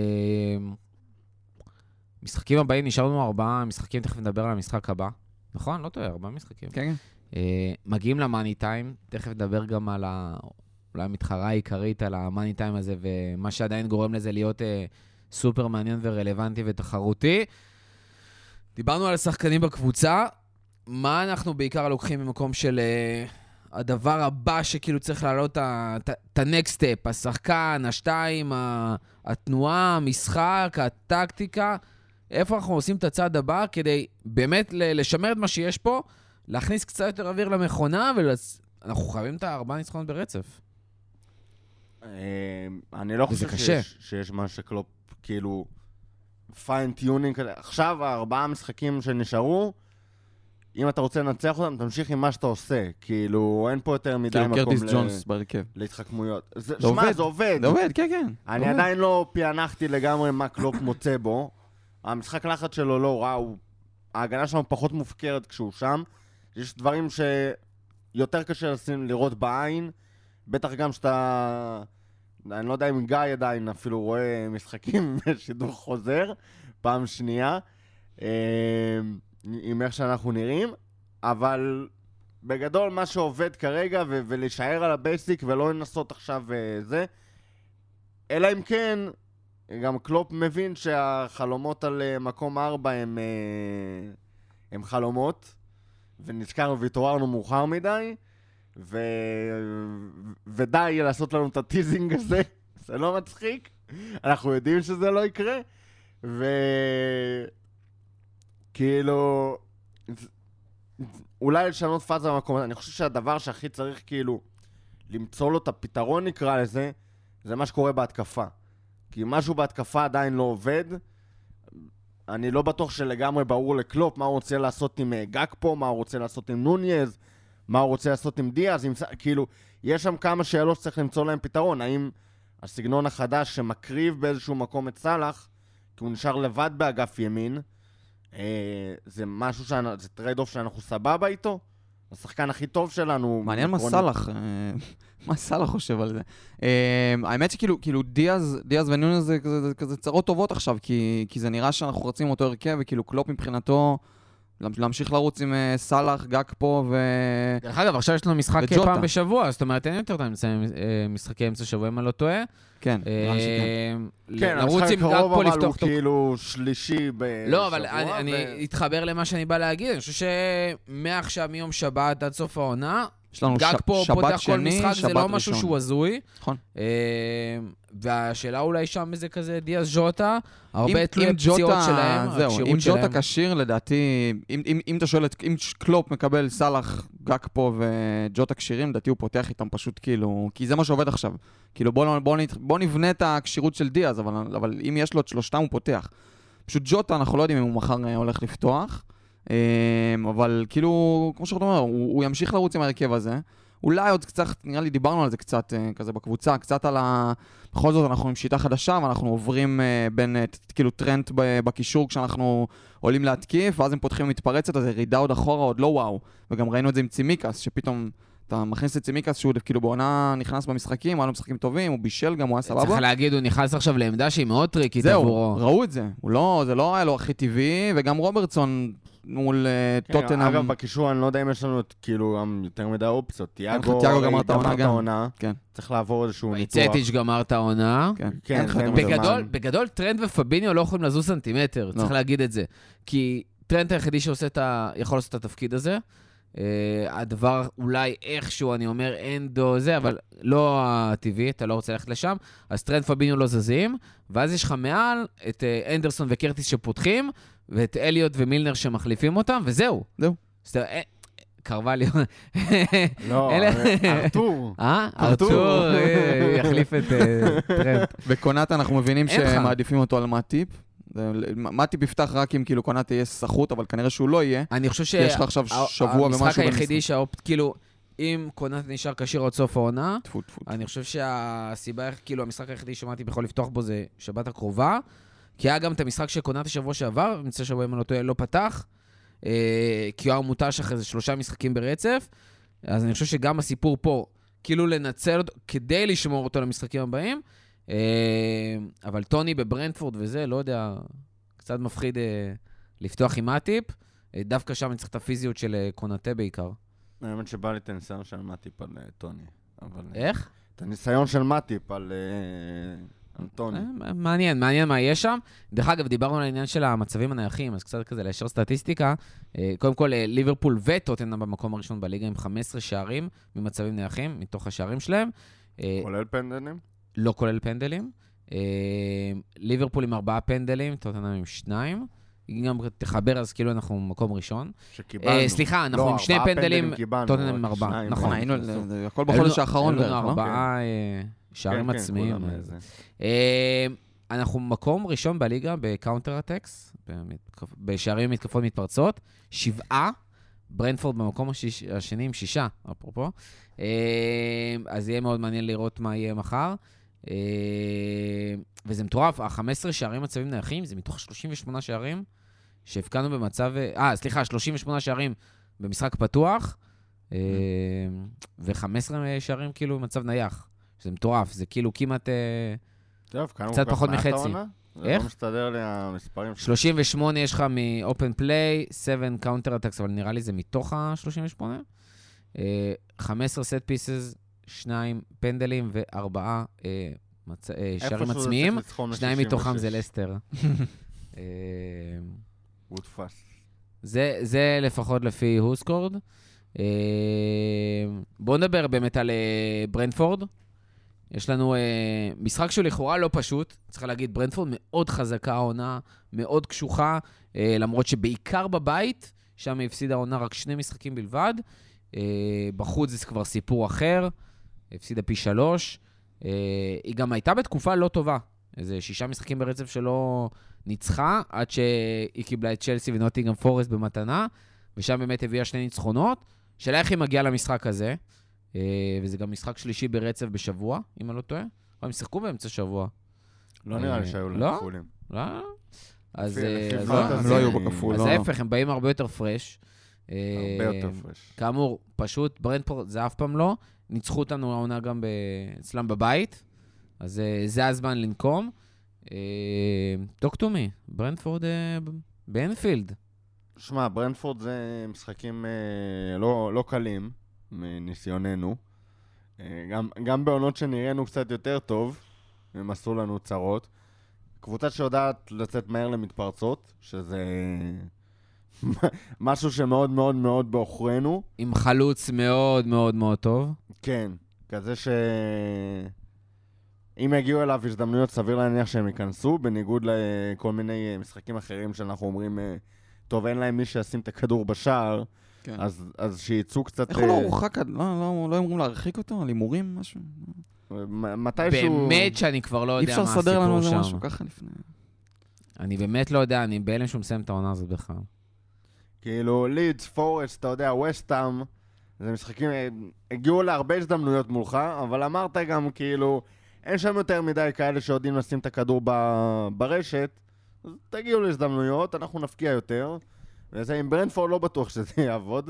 S1: משחקים הבאים, נשארנו 4 משחקים, תכף נדבר על המשחק הבא. נכון? לא טועה, 4 משחקים.
S3: כן, כן.
S1: מגיעים למאני טיים, תכף נדבר גם על אולי המתחרה העיקרית על המאני טיים הזה, ומה שעדיין גורם לזה להיות סופר מעניין ורלוונטי ותחרותי. דיברנו על השחקנים בקבוצה, מה אנחנו בעיקר לוקחים ממקום של הדבר הבא שכאילו צריך לעלות את ה-next step, השחקן, השתיים, התנועה, המשחק, הטקטיקה, איפה אנחנו עושים את הצעד הבא כדי באמת לשמר את מה שיש פה, להכניס קצת יותר אוויר למכונה, ואנחנו חייבים את 4 ניצחונות ברצף.
S2: אני לא חושב שיש מה שקלופ, כאילו, פיין-טיונינג כזה. עכשיו, 4 משחקים שנשארו, אם אתה רוצה לנצח אותם, תמשיך עם מה שאתה עושה. כאילו, אין פה יותר מדי מקום
S3: קרטיס ג'ונס בהרכב.
S2: להתחכמויות. שמע, זה עובד.
S3: זה עובד, כן, כן.
S2: אני עדיין לא פענחתי לגמרי מה קלופ מוצא בו. המשחק לחץ שלו לא רע, ההגנה שלנו פחות מופקרת כשהוא שם. יש דברים שיותר קשה לראות בעין. בטח גם שאתה... אני לא יודע אם גיא עדיין אפילו רואה משחקים בשידור חוזר, פעם שנייה. עם איך שאנחנו נראים, אבל בגדול מה שעובד כרגע ולהישאר על הבייסיק ולא לנסות עכשיו זה, אלא אם כן, גם קלופ מבין שהחלומות על מקום 4 הם חלומות, ונזכרנו והתעוררנו מאוחר מדי, ודי לעשות לנו את הטיזינג הזה, זה לא מצחיק, אנחנו יודעים שזה לא יקרה, כאילו, אולי לשנות פאזה במקום הזה. אני חושב שהדבר שהכי צריך כאילו למצוא לו את הפתרון נקרא לזה, זה מה שקורה בהתקפה. כי משהו בהתקפה עדיין לא עובד. אני לא בטוח שלגמרי ברור לקלופ מה הוא רוצה לעשות עם גאק פה, מה הוא רוצה לעשות עם נוניאז, מה הוא רוצה לעשות עם דיאז. כאילו, יש שם כמה שאלות שצריך למצוא להם פתרון. האם הסגנון החדש שמקריב באיזשהו מקום את סלאח, כי הוא נשאר לבד באגף ימין, זה משהו, זה טרייד אוף שאנחנו סבבה איתו? השחקן הכי טוב שלנו.
S3: מעניין מה סלאח, מה סלאח חושב על זה. האמת שכאילו דיאז ונוניאז זה כזה צרות טובות עכשיו, כי זה נראה שאנחנו רוצים אותו הרכב, וכאילו קלופ מבחינתו להמשיך לרוץ עם סלאח, גאק פה
S1: דרך אגב, עכשיו יש לנו משחק פעם בשבוע, זאת אומרת, אין יותר טעם לציין משחקי אמצע שבוע, אם אני לא טועה.
S3: כן,
S2: כן, המשחק קרוב אבל הוא כאילו שלישי בשבוע.
S1: לא, אבל אני אתחבר למה שאני בא להגיד, אני חושב שמעכשיו מיום שבת עד סוף העונה, גג פה פותח כל משחק, זה לא משהו שהוא הזוי.
S3: נכון.
S1: והשאלה אולי שם זה כזה דיאז ז'וטה, הרבה תלויים פציעות שלהם,
S3: זהו, אם ז'וטה קשיר, לדעתי, אם אתה שואל, אם קלופ מקבל סלאח, גג פה וג'וטה קשירים, לדעתי הוא פותח איתם פשוט כאילו, כי זה מה שעובד עכשיו. כאילו בוא נבנה את הקשירות של דיאז, אבל אם יש לו את שלושתם הוא פותח. פשוט ג'וטה, אנחנו לא יודעים אם הוא מחר הולך לפתוח, אבל כאילו, כמו שאתה אומר, הוא ימשיך לרוץ עם הרכב הזה. אולי עוד קצת, נראה לי דיברנו על זה קצת, כזה בקבוצה, קצת על בכל זאת אנחנו עם שיטה חדשה, ואנחנו עוברים בין, כאילו, טרנד בקישור כשאנחנו עולים להתקיף, ואז הם פותחים מתפרצת, אז ירידה עוד אחורה, עוד לא וואו. וגם ראינו את זה עם צימיקס, שפתאום אתה מכניס את צימיקס, שהוא כאילו בעונה נכנס במשחקים, היה לו משחקים טובים, הוא בישל גם, הוא היה סבבה.
S1: צריך להגיד, הוא נכנס עכשיו לעמדה שהיא מאוד טריקית
S3: עבורו. זהו, ראו את זה. זה לא היה לו הכי טבעי, וגם רוברטסון מול טוטנהאם.
S2: אגב, בקישור אני לא יודע אם יש לנו כאילו יותר מדי אופציות. תיאגו
S3: גמר את
S2: העונה. צריך לעבור איזשהו ניתוח.
S1: צטיץ' גמר את העונה.
S2: כן,
S1: בגדול, טרנט ופביניו לא יכולים לזוז סנטימטר, צריך להגיד את זה. כי טרנט היחידי יכול לעשות את התפקיד הזה. הדבר אולי איכשהו, אני אומר, אנדו זה, אבל לא הטבעי, אתה לא רוצה ללכת לשם, אז טרנט פביניו לא זזים, ואז יש לך מעל את אנדרסון וקרטיס שפותחים, ואת אליוט ומילנר שמחליפים אותם, וזהו.
S3: זהו.
S1: קרווליו.
S2: לא, ארתור.
S1: ארתור יחליף את טרנט.
S3: בקונאטה אנחנו מבינים שמעדיפים אותו על מאטיפ. מאטיפ יפתח רק אם כאילו קונאטה יהיה סחוט, אבל כנראה שהוא לא יהיה.
S1: אני חושב
S3: יש לך עכשיו שבוע ומשהו
S1: המשחק היחידי כאילו, אם קונאטה נשאר קשיר עד סוף העונה, אני חושב שהסיבה, כאילו, המשחק היחידי שמאטיפ יכול לפתוח בו זה שבת הקרובה, כי היה גם את המשחק של קונאטה שבוע שעבר, במצא שבוע אם אני לא פתח, כי הוא היה מוטש אחרי זה 3 משחקים ברצף, אז אני חושב שגם הסיפור פה, כאילו לנצל אותו, כדי לשמור אותו למשחקים הבאים, אבל טוני בברנטפורד וזה, לא יודע, קצת מפחיד לפתוח עם מאטיפ, דווקא שם אני צריך את הפיזיות של קונאטה בעיקר.
S2: האמת שבא לי את הניסיון של מאטיפ על טוני.
S1: איך?
S2: את הניסיון של מאטיפ על טוני.
S1: מעניין מה יש שם. דרך אגב, דיברנו על העניין של המצבים הנייחים, אז קצת כזה לאשר סטטיסטיקה. קודם כל, ליברפול וטוטנהאם במקום הראשון בליגה עם 15 שערים ממצבים נייחים, מתוך השערים שלהם.
S2: כולל פנדלים?
S1: לא כולל פנדלים. ליברפול עם 4 פנדלים, טוטנהאם עם 2. גם תחבר, אז כאילו אנחנו במקום ראשון.
S2: שקיבלנו.
S1: סליחה, אנחנו עם 2 פנדלים, טוטנהאם עם 4. נכון,
S3: היינו, הכל בחודש האחרון.
S1: היו לנו 4 שערים עצמיים. אנחנו מקום ראשון בליגה בקאונטר אטקס, בשערים מתקפות מתפרצות, 7, ברנפורד במקום השני עם 6, אפרופו. אז יהיה מאוד מעניין לראות מה יהיה מחר. וזה מטורף, ה-15 שערים מצבים נייחים, זה מתוך 38 שערים שהפקענו במצב... 38 שערים במשחק פתוח, ו-15 שערים כאילו במצב נייח. זה מטורף, זה כאילו כמעט... קצת פחות מחצי.
S2: איך? לא מסתדר לי המספרים.
S1: 38 יש לך מ-open play, 7 counter attacks, אבל נראה לי זה מתוך ה-38. 15 set pieces, 2 פנדלים ו4 שערים עצמיים. 2 מתוכם זה לסטר.
S2: וודפס.
S1: זה לפחות לפי הוסקורד. בואו נדבר באמת על ברנטפורד. יש לנו משחק שהוא לכאורה לא פשוט, צריך להגיד, ברנטפורד מאוד חזקה העונה, מאוד קשוחה, למרות שבעיקר בבית, שם היא הפסידה העונה רק 2 משחקים בלבד, בחוץ זה כבר סיפור אחר, הפסידה פי 3, היא גם הייתה בתקופה לא טובה, איזה 6 משחקים ברצף שלא ניצחה, עד שהיא קיבלה את צ'לסי ונוטינגהאם פורסט במתנה, ושם באמת הביאה 2 ניצחונות, שאלה איך היא מגיעה למשחק הזה, וזה גם משחק שלישי ברצף בשבוע, אם אני לא טועה. הם שיחקו באמצע שבוע.
S2: לא נראה לי שהיו להם כפולים.
S1: לא? אז
S3: הם לא היו בכפול.
S1: אז ההפך, הם באים הרבה יותר פרש.
S2: הרבה יותר פרש.
S1: כאמור, פשוט ברנטפורד זה אף פעם לא. ניצחו אותנו העונה גם אצלם בבית, אז זה הזמן לנקום. talk to me, ברנטפורד באנפילד.
S2: שמע, ברנטפורד זה משחקים לא קלים. מניסיוננו. גם בעונות שנראינו קצת יותר טוב, הם עשו לנו צרות. קבוצה שיודעת לצאת מהר למתפרצות, שזה משהו שמאוד מאוד מאוד באוכרנו.
S1: עם חלוץ מאוד מאוד מאוד טוב.
S2: כן, כזה אם יגיעו אליו הזדמנויות סביר להניח שהם ייכנסו, בניגוד לכל מיני משחקים אחרים שאנחנו אומרים, טוב, אין להם מי שישים את הכדור בשער, אז שיצאו קצת...
S3: איך הוא לא הורחק? לא אמורים להרחיק אותו? על הימורים? משהו?
S2: מתישהו...
S1: באמת שאני כבר לא יודע מה הסיפור שם.
S3: אי אפשר לסדר לנו איזה משהו ככה לפני.
S1: אני באמת לא יודע, אני בהלם שהוא מסיים את העונה הזאת בכלל.
S2: כאילו, לידס, פורסט, אתה יודע, ווסטהאם, זה משחקים... הגיעו להרבה הזדמנויות מולך, אבל אמרת גם כאילו, אין שם יותר מדי כאלה שיודעים לשים את הכדור ברשת, אז תגיעו להזדמנויות, אנחנו נפקיע יותר. וזה עם ברנטפורד לא בטוח שזה יעבוד.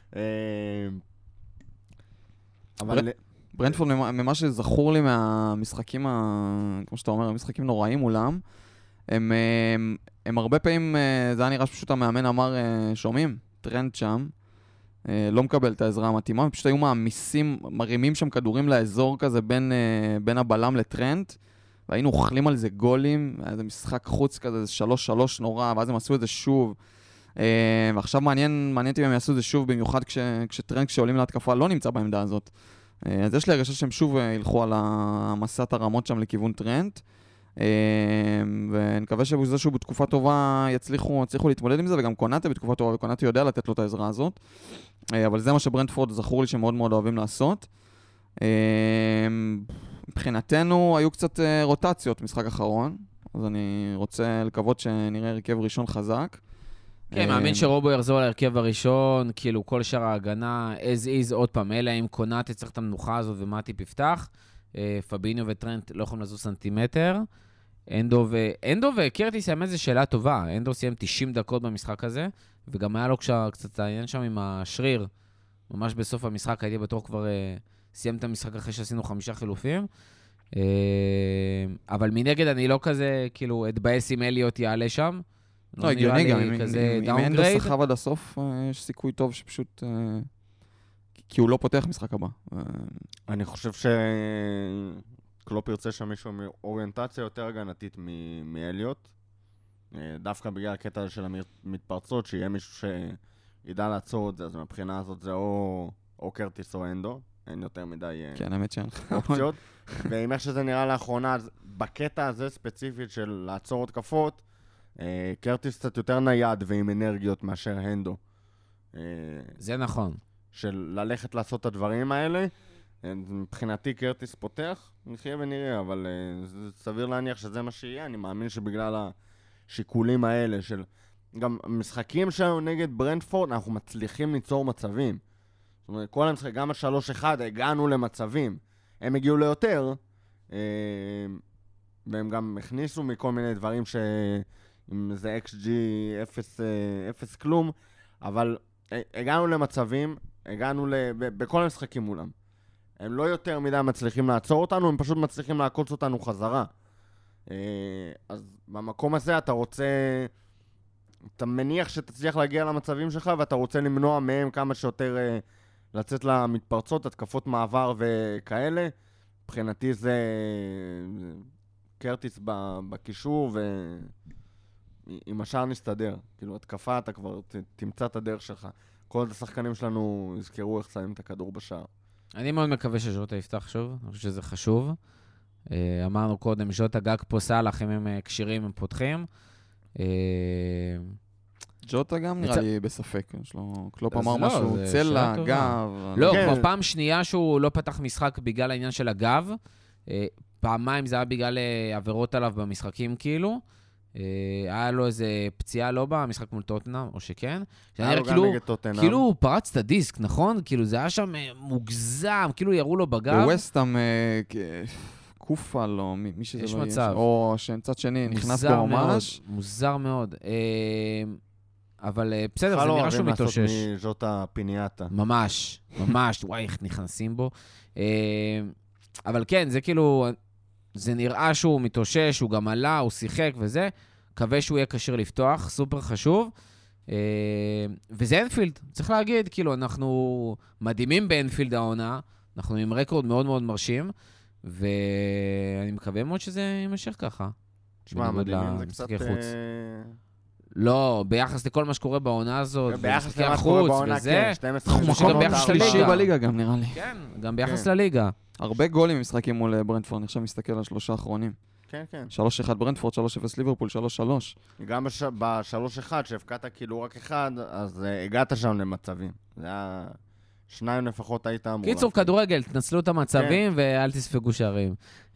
S2: אבל...
S3: ברנטפורד, ממה שזכור לי מהמשחקים, כמו שאתה אומר, המשחקים נוראים מולם, הם הרבה פעמים, זה היה נראה שפשוט המאמן אמר, שומעים, טרנד שם, לא מקבל את העזרה המתאימה, הם פשוט היו מעמיסים, מרימים שם כדורים לאזור כזה בין הבלם לטרנד, והיינו אוכלים על זה גולים, היה איזה משחק חוץ כזה, 3-3 נורא, ואז הם עשו את זה שוב. ועכשיו מעניין אותי אם הם יעשו את זה שוב, במיוחד כשטרנד, כשעולים להתקפה, לא נמצא בעמדה הזאת. אז יש לי הרגשה שהם שוב ילכו על המסת הרמות שם לכיוון טרנד, ונקווה שזה שהוא בתקופה טובה יצליחו להתמודד עם זה, וגם קונאטה בתקופה טובה, וקונאטה יודע לתת לו את העזרה הזאת. אבל זה מה שברנטפורד זכור לי שמאוד מאוד אוהבים לעשות. מבחינתנו היו קצת רוטציות משחק אחרון, אז אני רוצה לקוות שנראה הרכב ראשון חזק.
S1: כן, מאמין שרובו יחזור להרכב הראשון, כאילו כל שאר ההגנה, as is, עוד פעם, אלא אם קונאטה צריך את המנוחה הזאת ומטיפ יפתח, פביניו וטרנט לא יכולים לזוז סנטימטר. אנדו וקרטיס, האמת זו שאלה טובה. אנדו סיים 90 דקות במשחק הזה, וגם היה לו קצת העניין שם עם השריר. ממש בסוף המשחק הייתי בטוח כבר סיים את המשחק אחרי שעשינו 5 חילופים. אבל מנגד אני לא כזה, כאילו, אתבאס אם אליוט יעלה שם.
S3: לא, הגיוני גם, אם אנדו סחב עד הסוף, יש סיכוי טוב שפשוט... כי הוא לא פותח משחק הבא.
S2: אני חושב שקלופ ירצה שם מישהו מאוריינטציה יותר הגנתית מאליוט. דווקא בגלל הקטע של המתפרצות, שיהיה מישהו שידע לעצור את זה, אז מבחינה הזאת זה או קרטיס או אנדו. אין יותר מדי
S3: כן, האמת שאין
S2: אופציות. ואם איך שזה נראה לאחרונה, בקטע הזה ספציפית של לעצור התקפות, קרטיס קצת יותר נייד ועם אנרגיות מאשר הנדו.
S1: זה נכון.
S2: של ללכת לעשות את הדברים האלה. מבחינתי קרטיס פותח, נחיה ונראה, אבל סביר להניח שזה מה שיהיה. אני מאמין שבגלל השיקולים האלה של... גם המשחקים שלנו נגד ברנטפורד, אנחנו מצליחים ליצור מצבים. זאת אומרת, כל המשחק, גם ה-3-1, הגענו למצבים. הם הגיעו ליותר, והם גם הכניסו מכל מיני דברים אם זה XG 0 כלום, אבל הגענו למצבים, בכל המשחקים מולם. הם לא יותר מדי מצליחים לעצור אותנו, הם פשוט מצליחים לעקוץ אותנו חזרה. אז במקום הזה אתה מניח שתצליח להגיע למצבים שלך, ואתה רוצה למנוע מהם כמה שיותר לצאת למתפרצות, התקפות מעבר וכאלה. מבחינתי זה קרטיס בקישור, ועם השאר נסתדר. כאילו, התקפה אתה כבר תמצא את הדרך שלך. כל השחקנים שלנו יזכרו איך שמים את הכדור בשער.
S1: אני מאוד מקווה שז'וטה יפתח שוב, אני חושב שזה חשוב. אמרנו קודם, ז'וטה גג פה סלח, אם הם קשירים, הם פותחים.
S3: ג'וטה גם נראה לי בספק, יש לו קלופ אמר משהו, צלע, גב.
S1: לא, כבר פעם שנייה שהוא לא פתח משחק בגלל העניין של הגב. פעמיים זה היה בגלל עבירות עליו במשחקים כאילו. היה לו איזה פציעה לא במשחק מול טוטנהאם, או שכן.
S2: היה לו גם נגד טוטנהאם.
S1: כאילו הוא פרץ את הדיסק, נכון? כאילו זה היה שם מוגזם, כאילו ירו לו בגב.
S3: בווסטהאם קופה לו, מי שזה לא יש.
S1: יש מצב.
S3: או שמצד שני נכנס בו ממש.
S1: מוזר מאוד. אבל בסדר, זה נראה שהוא מתאושש.
S2: חלו אוהבים לעשות מז'וטה פינייטה.
S1: ממש, ממש, וואי, איך נכנסים בו. אבל כן, זה כאילו, זה נראה שהוא מתאושש, הוא גם עלה, הוא שיחק וזה. מקווה שהוא יהיה קשיר לפתוח, סופר חשוב. וזה אנפילד, צריך להגיד, כאילו, אנחנו מדהימים באנפילד העונה, אנחנו עם רקורד מאוד מאוד מרשים, ואני מקווה מאוד שזה יימשך ככה.
S2: תשמע, מדהימים, זה קצת...
S1: לא, ביחס לכל מה שקורה בעונה הזאת,
S2: ביחס למה שקורה בעונה, כן, 12
S1: גם ביחס
S3: שלישי בליגה גם נראה לי.
S1: כן, גם ביחס לליגה.
S3: הרבה גולים במשחקים מול ברנטפורד, אני עכשיו מסתכל על 3 האחרונים.
S2: כן, כן.
S3: 3-1 ברנטפורד, 3-0 ליברפול, 3-3.
S2: גם ב-3-1, שהפקעת כאילו רק אחד, אז הגעת שם למצבים. זה היה... 2 לפחות היית אמור.
S1: קיצור, כדורגל, תנצלו את המצבים ואל תספגו שערים.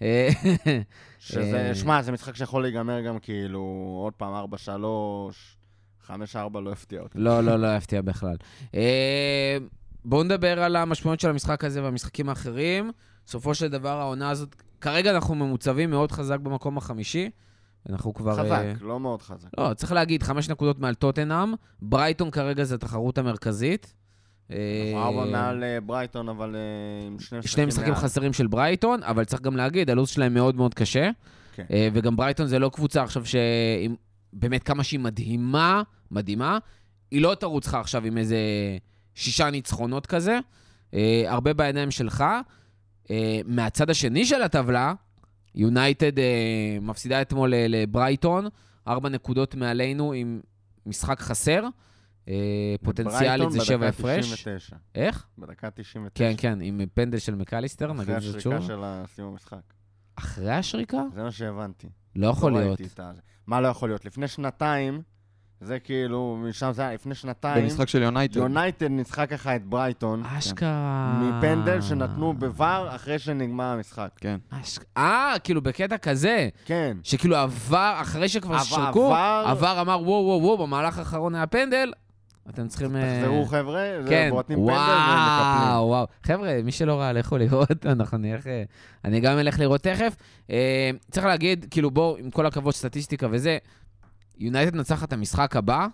S2: שמע, זה משחק שיכול להיגמר גם כאילו, עוד פעם 4-3, 5-4 לא הפתיע אותי.
S1: לא הפתיע בכלל. בואו נדבר על המשמעות של המשחק הזה והמשחקים האחרים. בסופו של דבר, העונה הזאת, כרגע אנחנו ממוצבים מאוד חזק במקום החמישי. אנחנו כבר...
S2: חזק, לא מאוד חזק.
S1: לא, צריך להגיד, 5 נקודות מעל טוטנהאם. ברייטון כרגע זה התחרות המרכזית.
S2: אנחנו 4 מעל ברייטון, אבל עם 2
S1: משחקים חסרים של ברייטון, אבל צריך גם להגיד, הלו"ז שלהם מאוד מאוד קשה.
S2: כן.
S1: וגם ברייטון זה לא קבוצה עכשיו באמת כמה שהיא מדהימה, היא לא תרוץ לך עכשיו עם איזה 6 ניצחונות כזה, הרבה בעיניים שלך. מהצד השני של הטבלה, יונייטד מפסידה אתמול לברייטון, 4 נקודות מעלינו עם משחק חסר, פוטנציאלית זה 7 הפרש.
S2: בדקה 99.
S1: איך?
S2: בדקה 99.
S1: כן, עם פנדל של מקליסטר, נגיד זה שוב.
S2: אחרי השריקה של סיום המשחק.
S1: אחרי השריקה?
S2: זה מה שהבנתי.
S1: לא יכול להיות.
S2: מה לא יכול להיות? לפני שנתיים, זה כאילו, משם זה היה לפני שנתיים.
S3: במשחק של יונייטד.
S2: יונייטד ניצחה ככה את ברייטון.
S1: אשכרה.
S2: מפנדל שנתנו בוואר אחרי שנגמר המשחק.
S3: כן.
S1: כאילו בקטע כזה.
S2: כן.
S1: שכאילו עבר, אחרי שכבר שרקו, עבר אמר וואו, במהלך האחרון היה פנדל, אתם צריכים...
S2: תחזרו חבר'ה,
S1: כן.
S2: בועטים פנדל ומקפלים.
S1: וואו. חבר'ה, מי שלא ראה, לכו לראות, אני גם אלך לראות תכף. צריך להגיד, כאילו בואו, עם כל הכבוד סטטיסטיקה וזה, יונייטד נצח את המשחק הבא,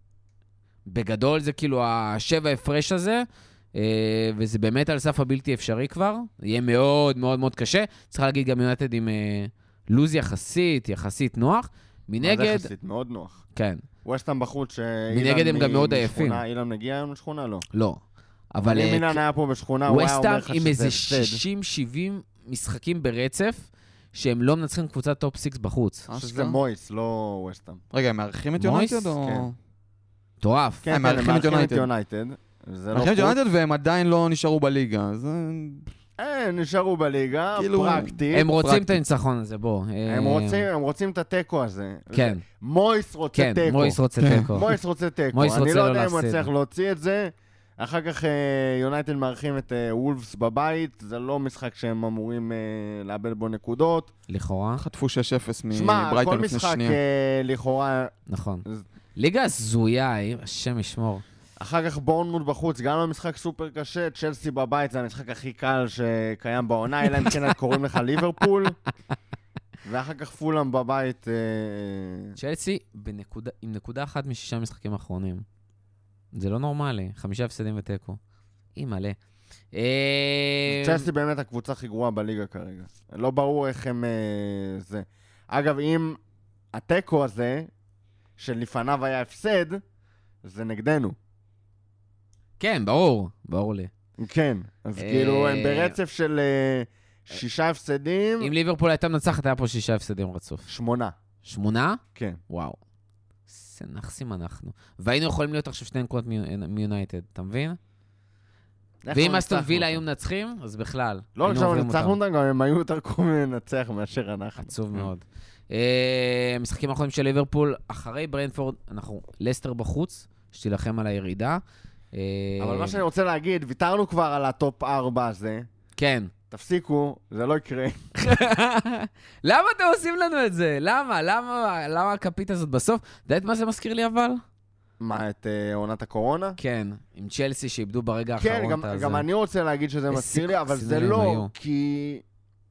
S1: בגדול זה כאילו 7 הפרש הזה, וזה באמת על סף הבלתי אפשרי כבר, יהיה מאוד מאוד מאוד קשה. צריך להגיד גם יונייטד עם לוז יחסית נוח. מנגד...
S2: מה זה יחסית? מאוד נוח.
S1: כן.
S2: ווסטהאם בחוץ
S1: מנגד הם גם מאוד עייפים.
S2: אילן מגיע היום לשכונה? לא.
S1: לא. אבל...
S2: אם אילן היה פה בשכונה, הוא היה אומר לך
S1: עם
S2: שזה
S1: איזה 60-70 משחקים ברצף, שהם לא מנצחים קבוצת טופ 6 בחוץ.
S2: שזה מויס, לא ווסטהאם.
S3: רגע, הם מארחים את
S1: מויס?
S3: יונייטד או...
S2: כן.
S1: מטורף.
S2: כן, הם מארחים את יונייטד.
S3: מארחים את יונייטד והם עדיין לא נשארו בליגה, אז...
S2: נשארו בליגה,
S3: כאילו,
S2: פרקטית.
S1: הם רוצים את הניצחון הזה, בוא.
S2: הם רוצים את הטקו הזה.
S1: כן.
S2: מויס רוצה
S1: כן,
S2: טקו.
S1: מויס רוצה טקו.
S2: מויס רוצה טקו. אני לא יודע אם הוא צריך להוציא את זה. אחר כך יונייטד מארחים את וולפס בבית, זה לא משחק שהם אמורים לאבד בו נקודות.
S1: לכאורה.
S3: חטפו 6-0 מברייטון לפני שנייה.
S2: שמע, כל משחק לכאורה...
S1: נכון. ליגה זויה, השם ישמור.
S2: אחר כך בורנמוט בחוץ, גם המשחק סופר קשה, צ'לסי בבית זה המשחק הכי קל שקיים בעונה, אלא אם כן קוראים לך ליברפול, ואחר כך פולאם בבית...
S1: צ'לסי עם נקודה אחת מ6 משחקים האחרונים. זה לא נורמלי, 5 הפסדים וטקו. היא מלא.
S2: צ'לסי באמת הקבוצה הכי גרועה בליגה כרגע. לא ברור איך הם... זה. אגב, אם הטקו הזה, שלפניו היה הפסד, זה נגדנו.
S1: כן, ברור לי.
S2: כן, אז כאילו הם ברצף של 6 הפסדים.
S1: אם ליברפול הייתה מנצחת, היה פה 6 הפסדים רצוף.
S2: 8.
S1: 8?
S2: כן.
S1: וואו. נחסים אנחנו. והיינו יכולים להיות עכשיו 2 נקודות מיונייטד, אתה מבין? ואם אסטון וילה היו מנצחים, אז בכלל.
S2: לא, עכשיו נצחנו אותם, גם הם היו יותר קרובים לנצח מאשר אנחנו.
S1: עצוב מאוד. משחקים האחרונים של ליברפול, אחרי ברנפורד, אנחנו לסטר בחוץ, שתילחם על הירידה.
S2: אבל מה שאני רוצה להגיד, ויתרנו כבר על הטופ 4 הזה.
S1: כן.
S2: תפסיקו, זה לא יקרה.
S1: למה אתם עושים לנו את זה? למה הכפית הזאת בסוף? יודעת מה זה מזכיר לי אבל?
S2: מה, את עונת הקורונה?
S1: כן, עם צ'לסי שאיבדו ברגע האחרון.
S2: כן, גם אני רוצה להגיד שזה מזכיר לי, אבל זה לא, כי...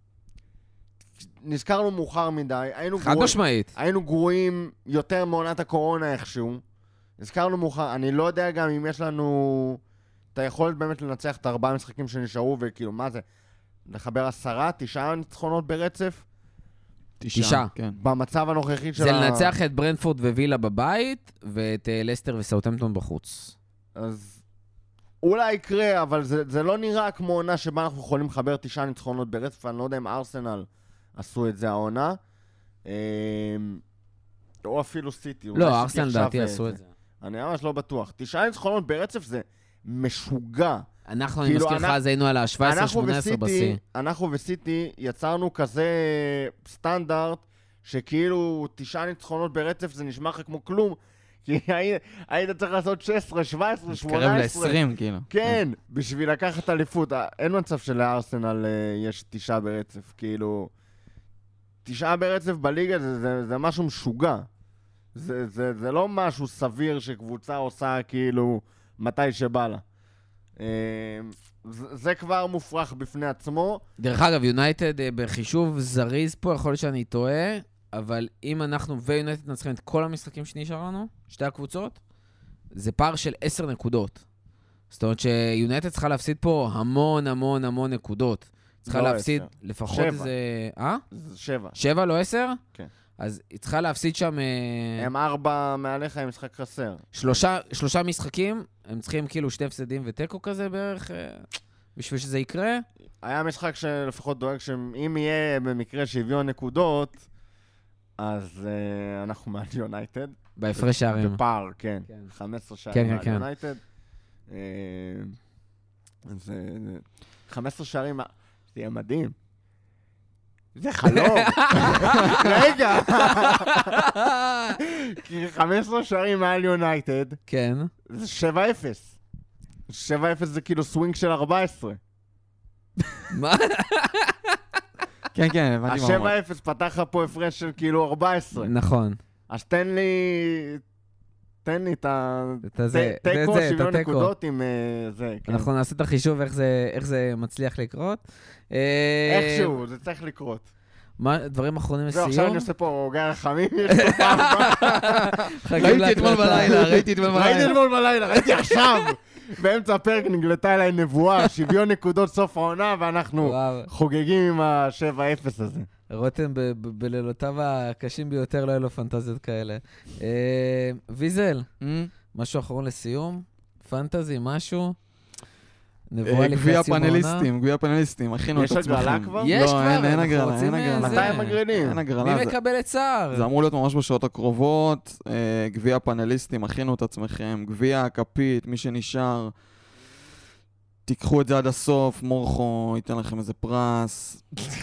S2: נזכרנו מאוחר מדי,
S1: חד משמעית.
S2: היינו גרועים יותר מעונת הקורונה איכשהו. נזכרנו מאוחר, אני לא יודע גם אם יש לנו את היכולת באמת לנצח את 4 משחקים שנשארו, וכאילו, מה זה? לחבר 10, 9 ניצחונות ברצף?
S1: 9.
S3: כן.
S2: במצב הנוכחי של
S1: זה לנצח את ברנפורד ווילה בבית, ואת לסטר וסאות'המפטון בחוץ.
S2: אז אולי יקרה, אבל זה לא נראה כמו עונה שבה אנחנו יכולים לחבר 9 ניצחונות ברצף, אני לא יודע אם ארסנל עשו את זה העונה. או אפילו סיטי.
S1: לא, ארסנל דעתי עשו את זה.
S2: אני ממש לא בטוח. 9 ניצחונות ברצף זה משוגע.
S1: אנחנו, אני מזכיר לך, אז היינו על ה-17-18 בשיא.
S2: אנחנו וסיטי יצרנו כזה סטנדרט, שכאילו 9 ניצחונות ברצף זה נשמע לך כמו כלום, כי היית צריך לעשות 16, 17, 18.
S3: מתקרב ל-20 כאילו.
S2: כן, בשביל לקחת אליפות. אין מצב שלארסנל יש 9 ברצף, כאילו... 9 ברצף בליגה זה משהו משוגע. זה לא משהו סביר שקבוצה עושה כאילו מתי שבא לה. זה כבר מופרך בפני עצמו.
S1: דרך אגב, יונייטד בחישוב זריז פה, יכול להיות שאני טועה, אבל אם אנחנו ויונייטד נצחים את כל המשחקים שנשאר לנו, 2 הקבוצות, זה פער של 10 נקודות. זאת אומרת שיונייטד צריכה להפסיד פה המון המון המון נקודות. צריכה
S2: לא
S1: להפסיד
S2: 10.
S1: לפחות
S2: 7.
S1: איזה...
S2: 7.
S1: 7 לא 10?
S2: כן.
S1: אז היא צריכה להפסיד שם...
S2: הם 4 מעליך עם משחק חסר.
S1: 3 משחקים, הם צריכים כאילו 2 הפסדים ותיקו כזה בערך, בשביל שזה יקרה.
S2: היה משחק שלפחות דואג שאם יהיה במקרה שוויון נקודות, אז אנחנו מעל יונייטד.
S1: בהפרש שערים.
S2: בפער, כן.
S1: כן.
S2: 15 שערים
S1: כן,
S2: מעל
S1: כן.
S2: יונייטד. זה 15 שערים, זה יהיה מדהים. זה חלום. רגע. כי 15 שערים מעל יונייטד,
S1: כן.
S2: זה 7-0. 7-0 זה כאילו סווינג של 14.
S1: מה?
S3: כן, כן, הבנתי מה אומר.
S2: ה-7-0 פתח לך פה הפרש של כאילו 14.
S1: נכון.
S2: אז תן לי את
S1: את הזה,
S2: תיקו,
S1: את
S2: שוויון
S1: התיקו.
S2: נקודות עם זה, כן.
S1: אנחנו נעשה את החישוב איך זה מצליח לקרות.
S2: איכשהו, זה צריך לקרות.
S1: מה, דברים אחרונים
S2: זהו, עכשיו
S1: לסיום?
S2: אני עושה פה גיא רחמים, יש פה פעם הבאה.
S1: ראיתי אתמול בלילה.
S2: ראיתי אתמול בלילה, ראיתי עכשיו. באמצע הפרק נגלתה אליי נבואה, שוויון נקודות סוף העונה, ואנחנו
S1: וואו.
S2: חוגגים עם ה-7-0 הזה.
S1: רותם בלילותיו הקשים ביותר, לא היה לו פנטזיות כאלה. ויזל, משהו אחרון לסיום? פנטזי, משהו? נבואה לפני
S3: גביע
S1: סיום העונה?
S3: פאנליסטים, גביע פאנליסטים, הכינו את
S2: יש
S3: עצמכם.
S2: הגרלה כבר?
S1: יש
S3: לא,
S1: כבר,
S3: אין
S1: אנחנו
S3: הגרלה,
S1: רוצים
S3: אין הגרלה.
S1: זה.
S2: מתי הם מגרילים?
S3: אין הגרלה.
S1: מי
S3: זה-
S1: מקבל את צער?
S3: זה אמור להיות ממש בשעות הקרובות. גביע פאנליסטים, הכינו את עצמכם. גביע הכפית, מי שנשאר, תיקחו את זה עד הסוף, מורכו ייתן לכם איזה פרס.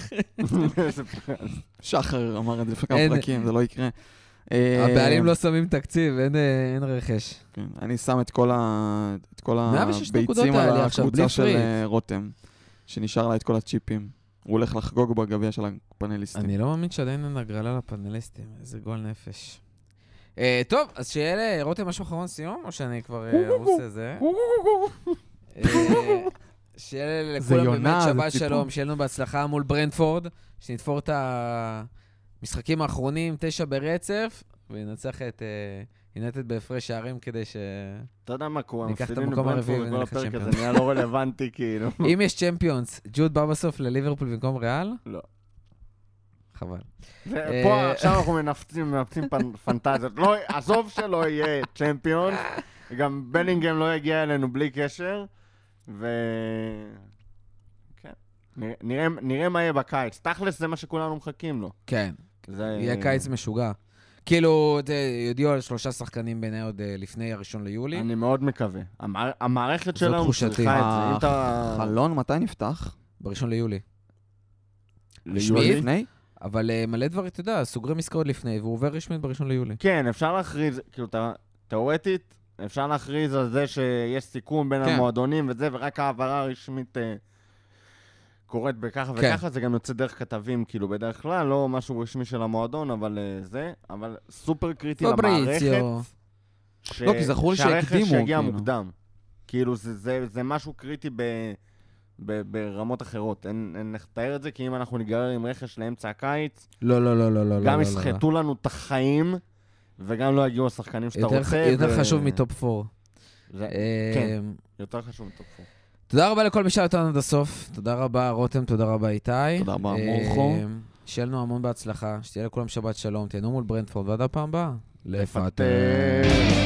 S3: שחר אמר את זה לפני כמה
S1: אין-
S3: פרקים, זה לא יקרה.
S1: הבעלים לא שמים תקציב, אין רכש.
S3: כן, אני שם את כל
S1: 106 נקודות
S3: הביצים על
S1: האלה עכשיו,
S3: הקבוצה
S1: בלי
S3: של
S1: פריק.
S3: רותם, שנשאר לה את כל הצ'יפים. הוא הולך לחגוג בגביע של הפאנליסטים.
S1: אני לא מאמין שעדיין אין הגרלה לפאנליסטים, איזה גול נפש. טוב, אז שיהיה לרותם משהו אחרון סיום, או שאני כבר ארוס לזה? שיהיה
S3: זה
S1: לכולם
S3: יונה,
S1: באמת
S3: זה
S1: שבת
S3: ציפור.
S1: שלום, שיהיה לנו בהצלחה מול ברנדפורד, שנתפור את המשחקים האחרונים, 9 ברצף, וננצח את יונייטד בהפרש שערים כדי ש...
S2: אתה יודע מה קורה,
S1: ניקח את
S2: מפסידים
S1: המקום הרביעי
S2: לברנדפורד וכל
S1: ונלך
S2: הפרק הזה
S1: לצ'מפיונס.
S2: נהיה לא רלוונטי כאילו.
S1: אם יש צ'מפיונס, ג'וד בא בסוף לליברפול במקום ריאל?
S2: לא.
S1: חבל.
S2: פה עכשיו אנחנו מנפצים פנטזיות. לא, עזוב שלא יהיה צ'מפיון, גם בלינגהם לא יגיע אלינו בלי קשר, כן. נראה מה יהיה בקיץ. תכלס זה מה שכולנו מחכים לו.
S1: כן,
S2: זה...
S1: יהיה קיץ משוגע. כאילו, יודיעו על 3 שחקנים בעיניי עוד לפני 1 ליולי.
S2: אני מאוד מקווה. המערכת
S1: זו
S2: שלנו
S1: תחושתי.
S2: צריכה את זה. אם אתה...
S3: החלון מתי נפתח?
S1: ב1 ליולי.
S2: ליולי?
S3: לפני?
S1: אבל מלא דבר, אתה יודע, סוגרים עסקאות לפני, והוא עובר רשמית ב1 ליולי.
S2: כן, אפשר להכריז, כאילו, תיאורטית, אפשר להכריז על זה שיש סיכום בין
S3: כן.
S2: המועדונים וזה, ורק העברה הרשמית קורית בככה
S1: כן.
S2: וככה, זה גם יוצא דרך כתבים, כאילו, בדרך כלל, לא משהו רשמי של המועדון, אבל זה, אבל סופר קריטי
S1: פבריציו.
S2: למערכת,
S3: לא, כי זכור לי
S2: שהרכש
S3: שהקדימו,
S2: שיגיע
S3: כאילו.
S2: מוקדם. כאילו, זה משהו קריטי ברמות אחרות. אין איך לתאר את זה, כי אם אנחנו ניגרר עם רכש לאמצע הקיץ,
S1: לא, לא, לא, לא, לא.
S2: גם
S1: לא,
S2: יסחטו לנו את החיים, וגם לא יגיעו השחקנים שאתה
S1: יותר-
S2: רוצה.
S1: יותר חשוב מטופ 4.
S2: כן, יותר חשוב מטופ 4.
S1: תודה רבה לכל מי שהיה אותנו עד הסוף. תודה רבה רותם, תודה רבה איתי.
S3: תודה רבה, מורכו.
S1: שיהיה לנו המון בהצלחה, שתהיה לכולם שבת שלום, תהנו מול ברנדפורד, ועד הפעם הבאה.
S2: לפטר.